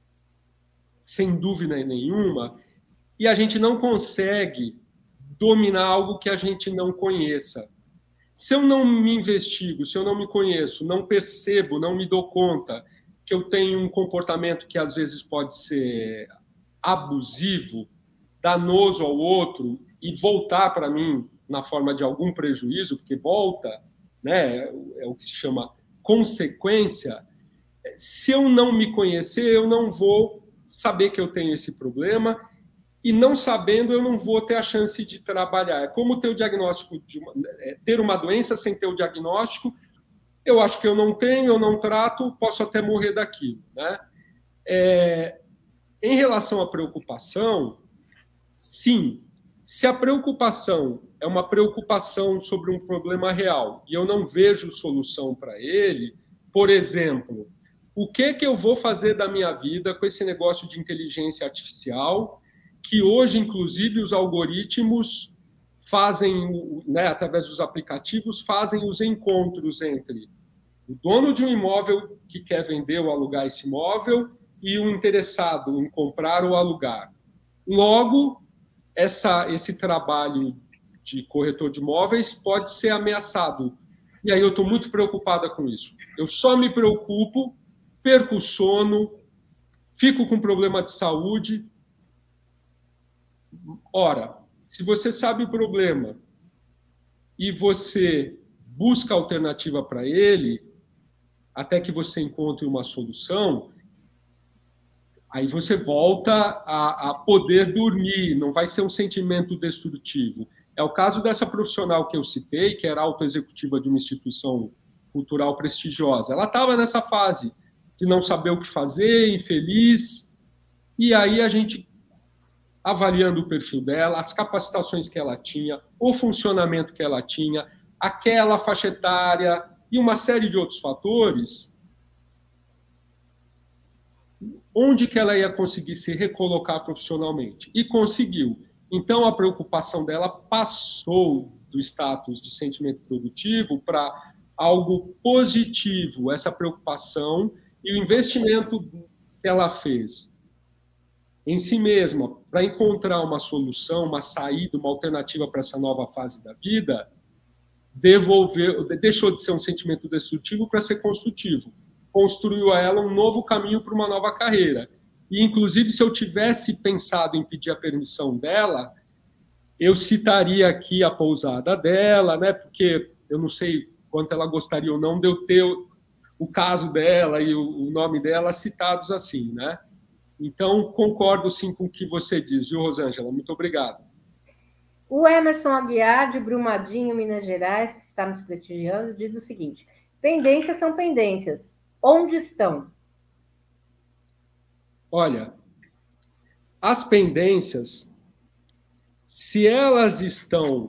sem dúvida nenhuma, e a gente não consegue dominar algo que a gente não conheça. Se eu não me investigo, se eu não me conheço, não percebo, não me dou conta que eu tenho um comportamento que às vezes pode ser abusivo, danoso ao outro e voltar para mim na forma de algum prejuízo, porque volta, né, é o que se chama consequência. Se eu não me conhecer, eu não vou saber que eu tenho esse problema, e não sabendo, eu não vou ter a chance de trabalhar. É como ter o diagnóstico de uma, é, ter uma doença sem ter o diagnóstico. Eu acho que eu não tenho, eu não trato, posso até morrer daquilo, né? É, em relação à preocupação, sim, se a preocupação é uma preocupação sobre um problema real e eu não vejo solução para ele, por exemplo, o que que eu vou fazer da minha vida com esse negócio de inteligência artificial, que hoje, inclusive, os algoritmos fazem, né, através dos aplicativos, fazem os encontros entre o dono de um imóvel que quer vender ou alugar esse imóvel e o interessado em comprar ou alugar. Logo, essa, esse trabalho de corretor de imóveis pode ser ameaçado. E aí eu estou muito preocupada com isso. Eu só me preocupo, perco o sono, fico com problema de saúde. Ora, se você sabe o problema e você busca alternativa para ele, até que você encontre uma solução, aí você volta a, a poder dormir, não vai ser um sentimento destrutivo. É o caso dessa profissional que eu citei, que era autoexecutiva de uma instituição cultural prestigiosa. Ela estava nessa fase de não saber o que fazer, infeliz, e aí a gente, avaliando o perfil dela, as capacitações que ela tinha, o funcionamento que ela tinha, aquela faixa etária e uma série de outros fatores, onde que ela ia conseguir se recolocar profissionalmente? E conseguiu. Então, a preocupação dela passou do status de sentimento produtivo para algo positivo, essa preocupação e o investimento que ela fez em si mesma para encontrar uma solução, uma saída, uma alternativa para essa nova fase da vida, devolveu, deixou de ser um sentimento destrutivo para ser construtivo. Construiu a ela um novo caminho para uma nova carreira. E, inclusive, se eu tivesse pensado em pedir a permissão dela, eu citaria aqui a pousada dela, né? Porque eu não sei quanto ela gostaria ou não de eu ter o, o caso dela e o, o nome dela citados assim, né? Então, concordo sim com o que você diz, viu, Rosângela? Muito obrigado. O Emerson Aguiar, de Brumadinho, Minas Gerais, que está nos prestigiando, diz o seguinte: pendências são pendências. Onde estão? Olha, as pendências, se elas estão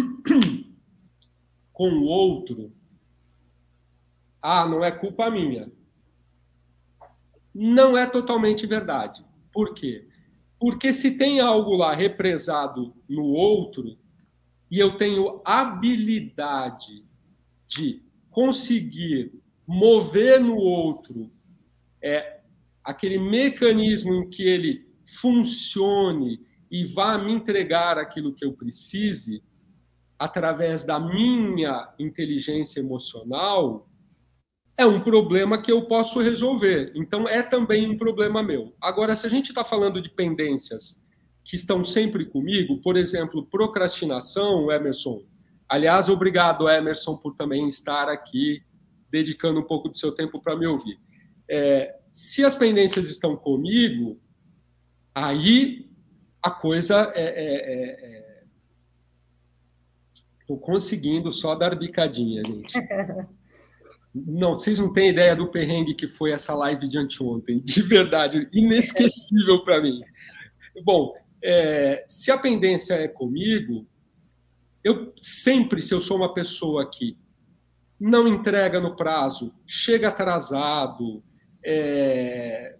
com o outro, ah, não é culpa minha. Não é totalmente verdade. Por quê? Porque se tem algo lá represado no outro, e eu tenho habilidade de conseguir mover no outro é, aquele mecanismo em que ele funcione e vá me entregar aquilo que eu precise, através da minha inteligência emocional, é um problema que eu posso resolver. Então, é também um problema meu. Agora, se a gente está falando de pendências que estão sempre comigo, por exemplo, procrastinação, Emerson. Aliás, obrigado, Emerson, por também estar aqui, dedicando um pouco do seu tempo para me ouvir. É, se as pendências estão comigo, aí a coisa é... Estou é, é... conseguindo só dar bicadinha, gente. Não, vocês não têm ideia do perrengue que foi essa live de anteontem. De verdade, inesquecível para mim. Bom, é, se a pendência é comigo, eu sempre, se eu sou uma pessoa que não entrega no prazo, chega atrasado, é,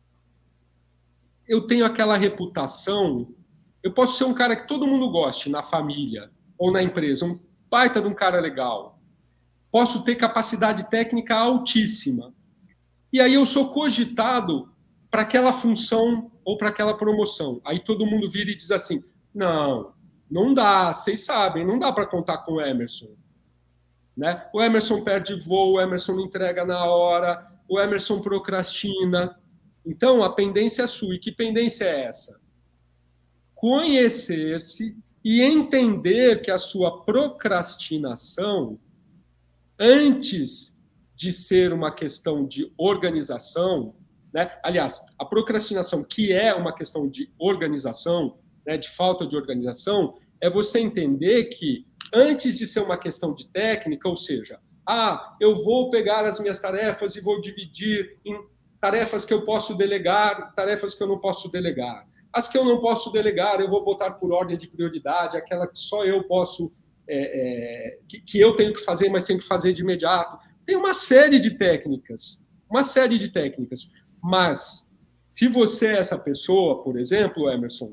eu tenho aquela reputação, eu posso ser um cara que todo mundo goste na família ou na empresa, um baita de um cara legal. Posso ter capacidade técnica altíssima. E aí eu sou cogitado para aquela função ou para aquela promoção. Aí todo mundo vira e diz assim, não, não dá, vocês sabem, não dá para contar com o Emerson. Né? O Emerson perde voo, o Emerson não entrega na hora, o Emerson procrastina. Então, a pendência é sua. E que pendência é essa? Conhecer-se, e entender que a sua procrastinação, antes de ser uma questão de organização, né? Aliás, a procrastinação, que é uma questão de organização, né, de falta de organização, é você entender que, antes de ser uma questão de técnica, ou seja, ah, eu vou pegar as minhas tarefas e vou dividir em tarefas que eu posso delegar, tarefas que eu não posso delegar. As que eu não posso delegar, eu vou botar por ordem de prioridade, aquela que só eu posso, é, é, que, que eu tenho que fazer, mas tenho que fazer de imediato. Tem uma série de técnicas, uma série de técnicas. Mas, se você é essa pessoa, por exemplo, Emerson,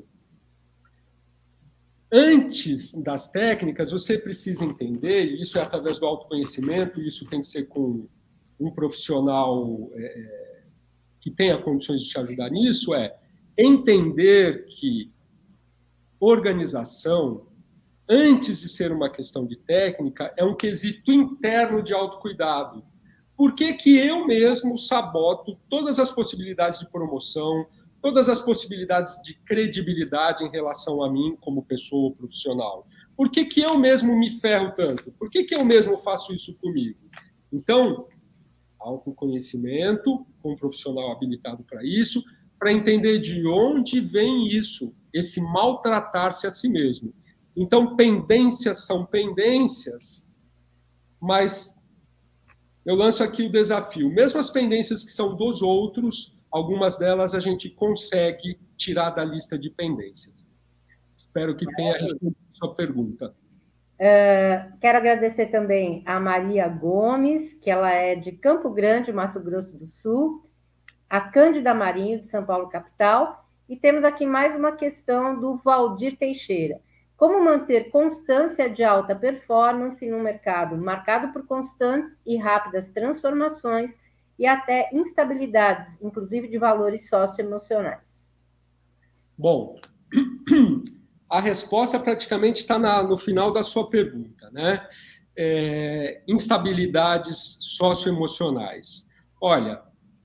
antes das técnicas, você precisa entender, e isso é através do autoconhecimento, e isso tem que ser com um profissional é, que tenha condições de te ajudar nisso, é entender que organização, antes de ser uma questão de técnica, é um quesito interno de autocuidado. Por que que eu mesmo saboto todas as possibilidades de promoção, todas as possibilidades de credibilidade em relação a mim como pessoa ou profissional? Por que que eu mesmo me ferro tanto? Por que que eu mesmo faço isso comigo? Então, autoconhecimento, com um profissional habilitado para isso, para entender de onde vem isso, esse maltratar-se a si mesmo. Então, pendências são pendências, mas eu lanço aqui o desafio. Mesmo as pendências que são dos outros, algumas delas a gente consegue tirar da lista de pendências. Espero que tenha respondido a sua pergunta. Uh, quero agradecer também a Maria Gomes, que ela é de Campo Grande, Mato Grosso do Sul, a Cândida Marinho, de São Paulo, capital, e temos aqui mais uma questão do Valdir Teixeira. Como manter constância de alta performance num mercado marcado por constantes e rápidas transformações e até instabilidades, inclusive de valores socioemocionais? Bom, a resposta praticamente está no final da sua pergunta, né? É, instabilidades socioemocionais. Olha,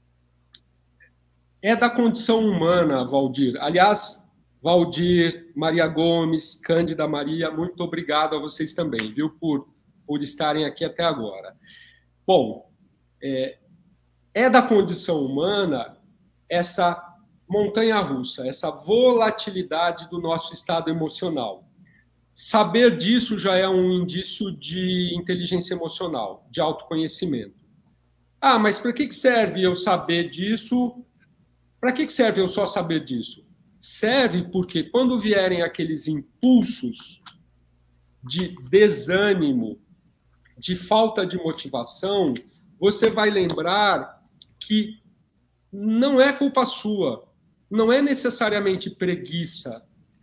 é da condição humana, Valdir. Aliás, Valdir, Maria Gomes, Cândida Maria, muito obrigado a vocês também, viu, por, por estarem aqui até agora. Bom, é, é da condição humana essa montanha-russa, essa volatilidade do nosso estado emocional. Saber disso já é um indício de inteligência emocional, de autoconhecimento. Ah, mas para que serve eu saber disso? Para que serve eu só saber disso? Serve porque quando vierem aqueles impulsos de desânimo, de falta de motivação, você vai lembrar que não é culpa sua, não é necessariamente preguiça,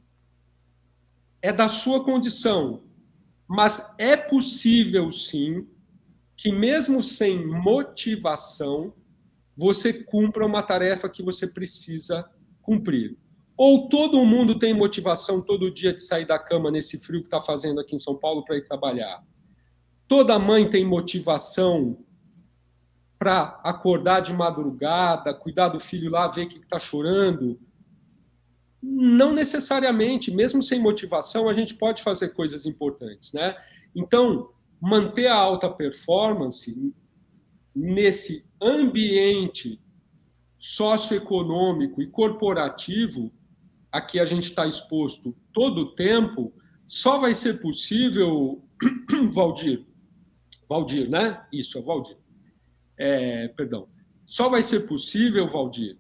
é da sua condição. Mas é possível, sim, que mesmo sem motivação, você cumpra uma tarefa que você precisa cumprir. Ou todo mundo tem motivação todo dia de sair da cama nesse frio que está fazendo aqui em São Paulo para ir trabalhar. Toda mãe tem motivação para acordar de madrugada, cuidar do filho lá, ver que está chorando. Não necessariamente, mesmo sem motivação, a gente pode fazer coisas importantes, né? Então, manter a alta performance nesse ambiente socioeconômico e corporativo a que a gente está exposto todo o tempo, só vai ser possível, Valdir, Valdir, né? Isso, é Valdir. É, perdão. Só vai ser possível, Valdir,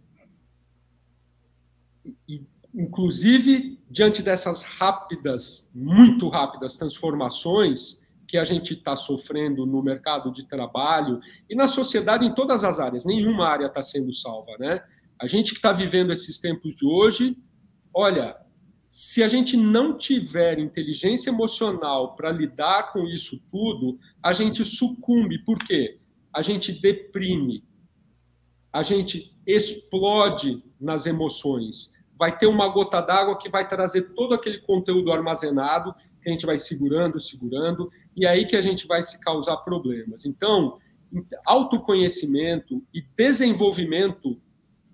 e, inclusive, diante dessas rápidas, muito rápidas transformações que a gente está sofrendo no mercado de trabalho e na sociedade em todas as áreas, nenhuma área está sendo salva, né? A gente que está vivendo esses tempos de hoje, olha, se a gente não tiver inteligência emocional para lidar com isso tudo, a gente sucumbe. Por quê? A gente deprime, a gente explode nas emoções. Vai ter uma gota d'água que vai trazer todo aquele conteúdo armazenado, que a gente vai segurando, segurando, e é aí que a gente vai se causar problemas. Então, autoconhecimento e desenvolvimento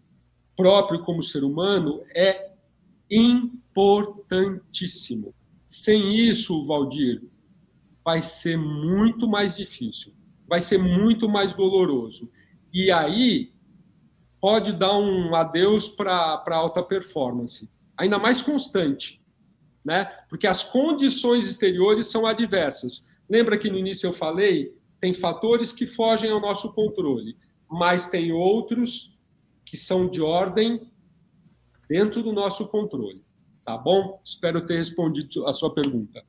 próprio como ser humano é importantíssimo. Sem isso, Valdir, vai ser muito mais difícil, vai ser muito mais doloroso. E aí pode dar um adeus para a alta performance, ainda mais constante, né? Porque as condições exteriores são adversas. Lembra que no início eu falei, tem fatores que fogem ao nosso controle, mas tem outros que são de ordem dentro do nosso controle. Tá bom? Espero ter respondido a sua pergunta.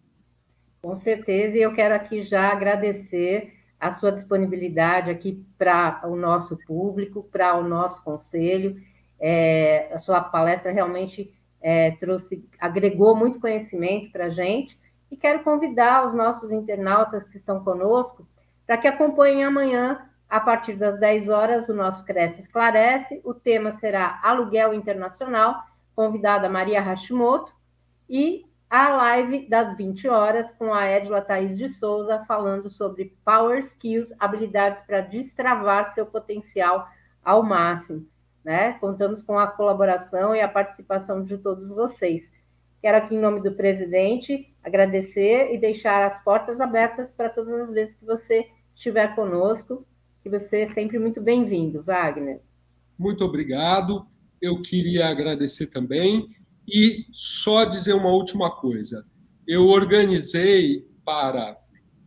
Com certeza, e eu quero aqui já agradecer a sua disponibilidade aqui para o nosso público, para o nosso conselho. É, a sua palestra realmente é, trouxe, agregou muito conhecimento para a gente, e quero convidar os nossos internautas que estão conosco para que acompanhem amanhã, a partir das dez horas, o nosso Cresce Esclarece. O tema será Aluguel Internacional, convidada Maria Hashimoto, e a live das vinte horas com a Edila Thaís de Souza, falando sobre Power Skills, habilidades para destravar seu potencial ao máximo. Né? Contamos com a colaboração e a participação de todos vocês. Quero aqui, em nome do presidente, agradecer e deixar as portas abertas para todas as vezes que você estiver conosco, que você é sempre muito bem-vindo, Wagner. Muito obrigado. Eu queria agradecer também e só dizer uma última coisa. Eu organizei para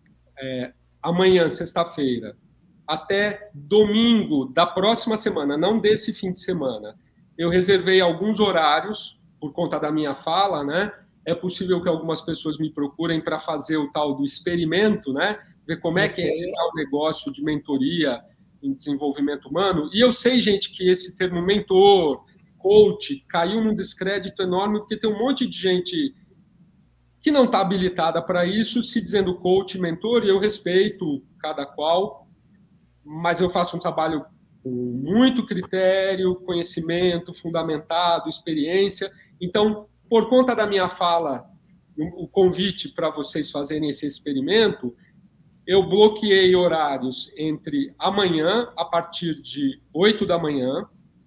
é, amanhã, sexta-feira, até domingo da próxima semana, não desse fim de semana. Eu reservei alguns horários por conta da minha fala, né? É possível que algumas pessoas me procurem para fazer o tal do experimento, né? Ver como é que é esse tal negócio de mentoria em desenvolvimento humano. E eu sei, gente, que esse termo mentor, coach, caiu num descrédito enorme, porque tem um monte de gente que não está habilitada para isso, se dizendo coach, mentor, e eu respeito cada qual, mas eu faço um trabalho com muito critério, conhecimento fundamentado, experiência. Então, por conta da minha fala, o convite para vocês fazerem esse experimento, eu bloqueei horários entre amanhã, a partir de oito da manhã,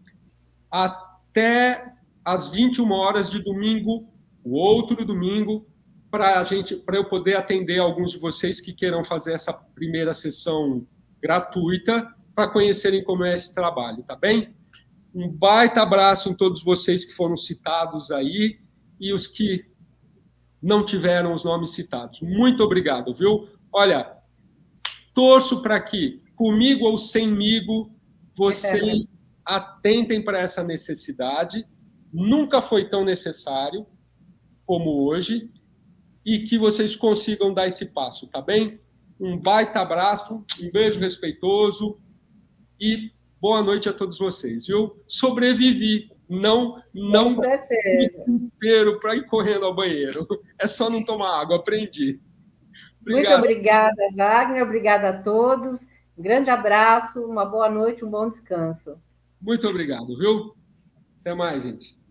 até às vinte e uma horas de domingo, o outro domingo, para a gente, para eu poder atender alguns de vocês que queiram fazer essa primeira sessão gratuita para conhecerem como é esse trabalho, tá bem? Um baita abraço em todos vocês que foram citados aí e os que não tiveram os nomes citados. Muito obrigado, viu? Olha, torço para que, comigo ou semigo, vocês atentem para essa necessidade. Nunca foi tão necessário como hoje e que vocês consigam dar esse passo, tá bem? Um baita abraço, um beijo respeitoso e boa noite a todos vocês, viu? Sobrevivi, não, não Com certeza. desespero para ir correndo ao banheiro. É só não tomar água, aprendi. Obrigado. Muito obrigada, Wagner, obrigada a todos. Um grande abraço, uma boa noite, um bom descanso. Muito obrigado, viu? Até mais, gente.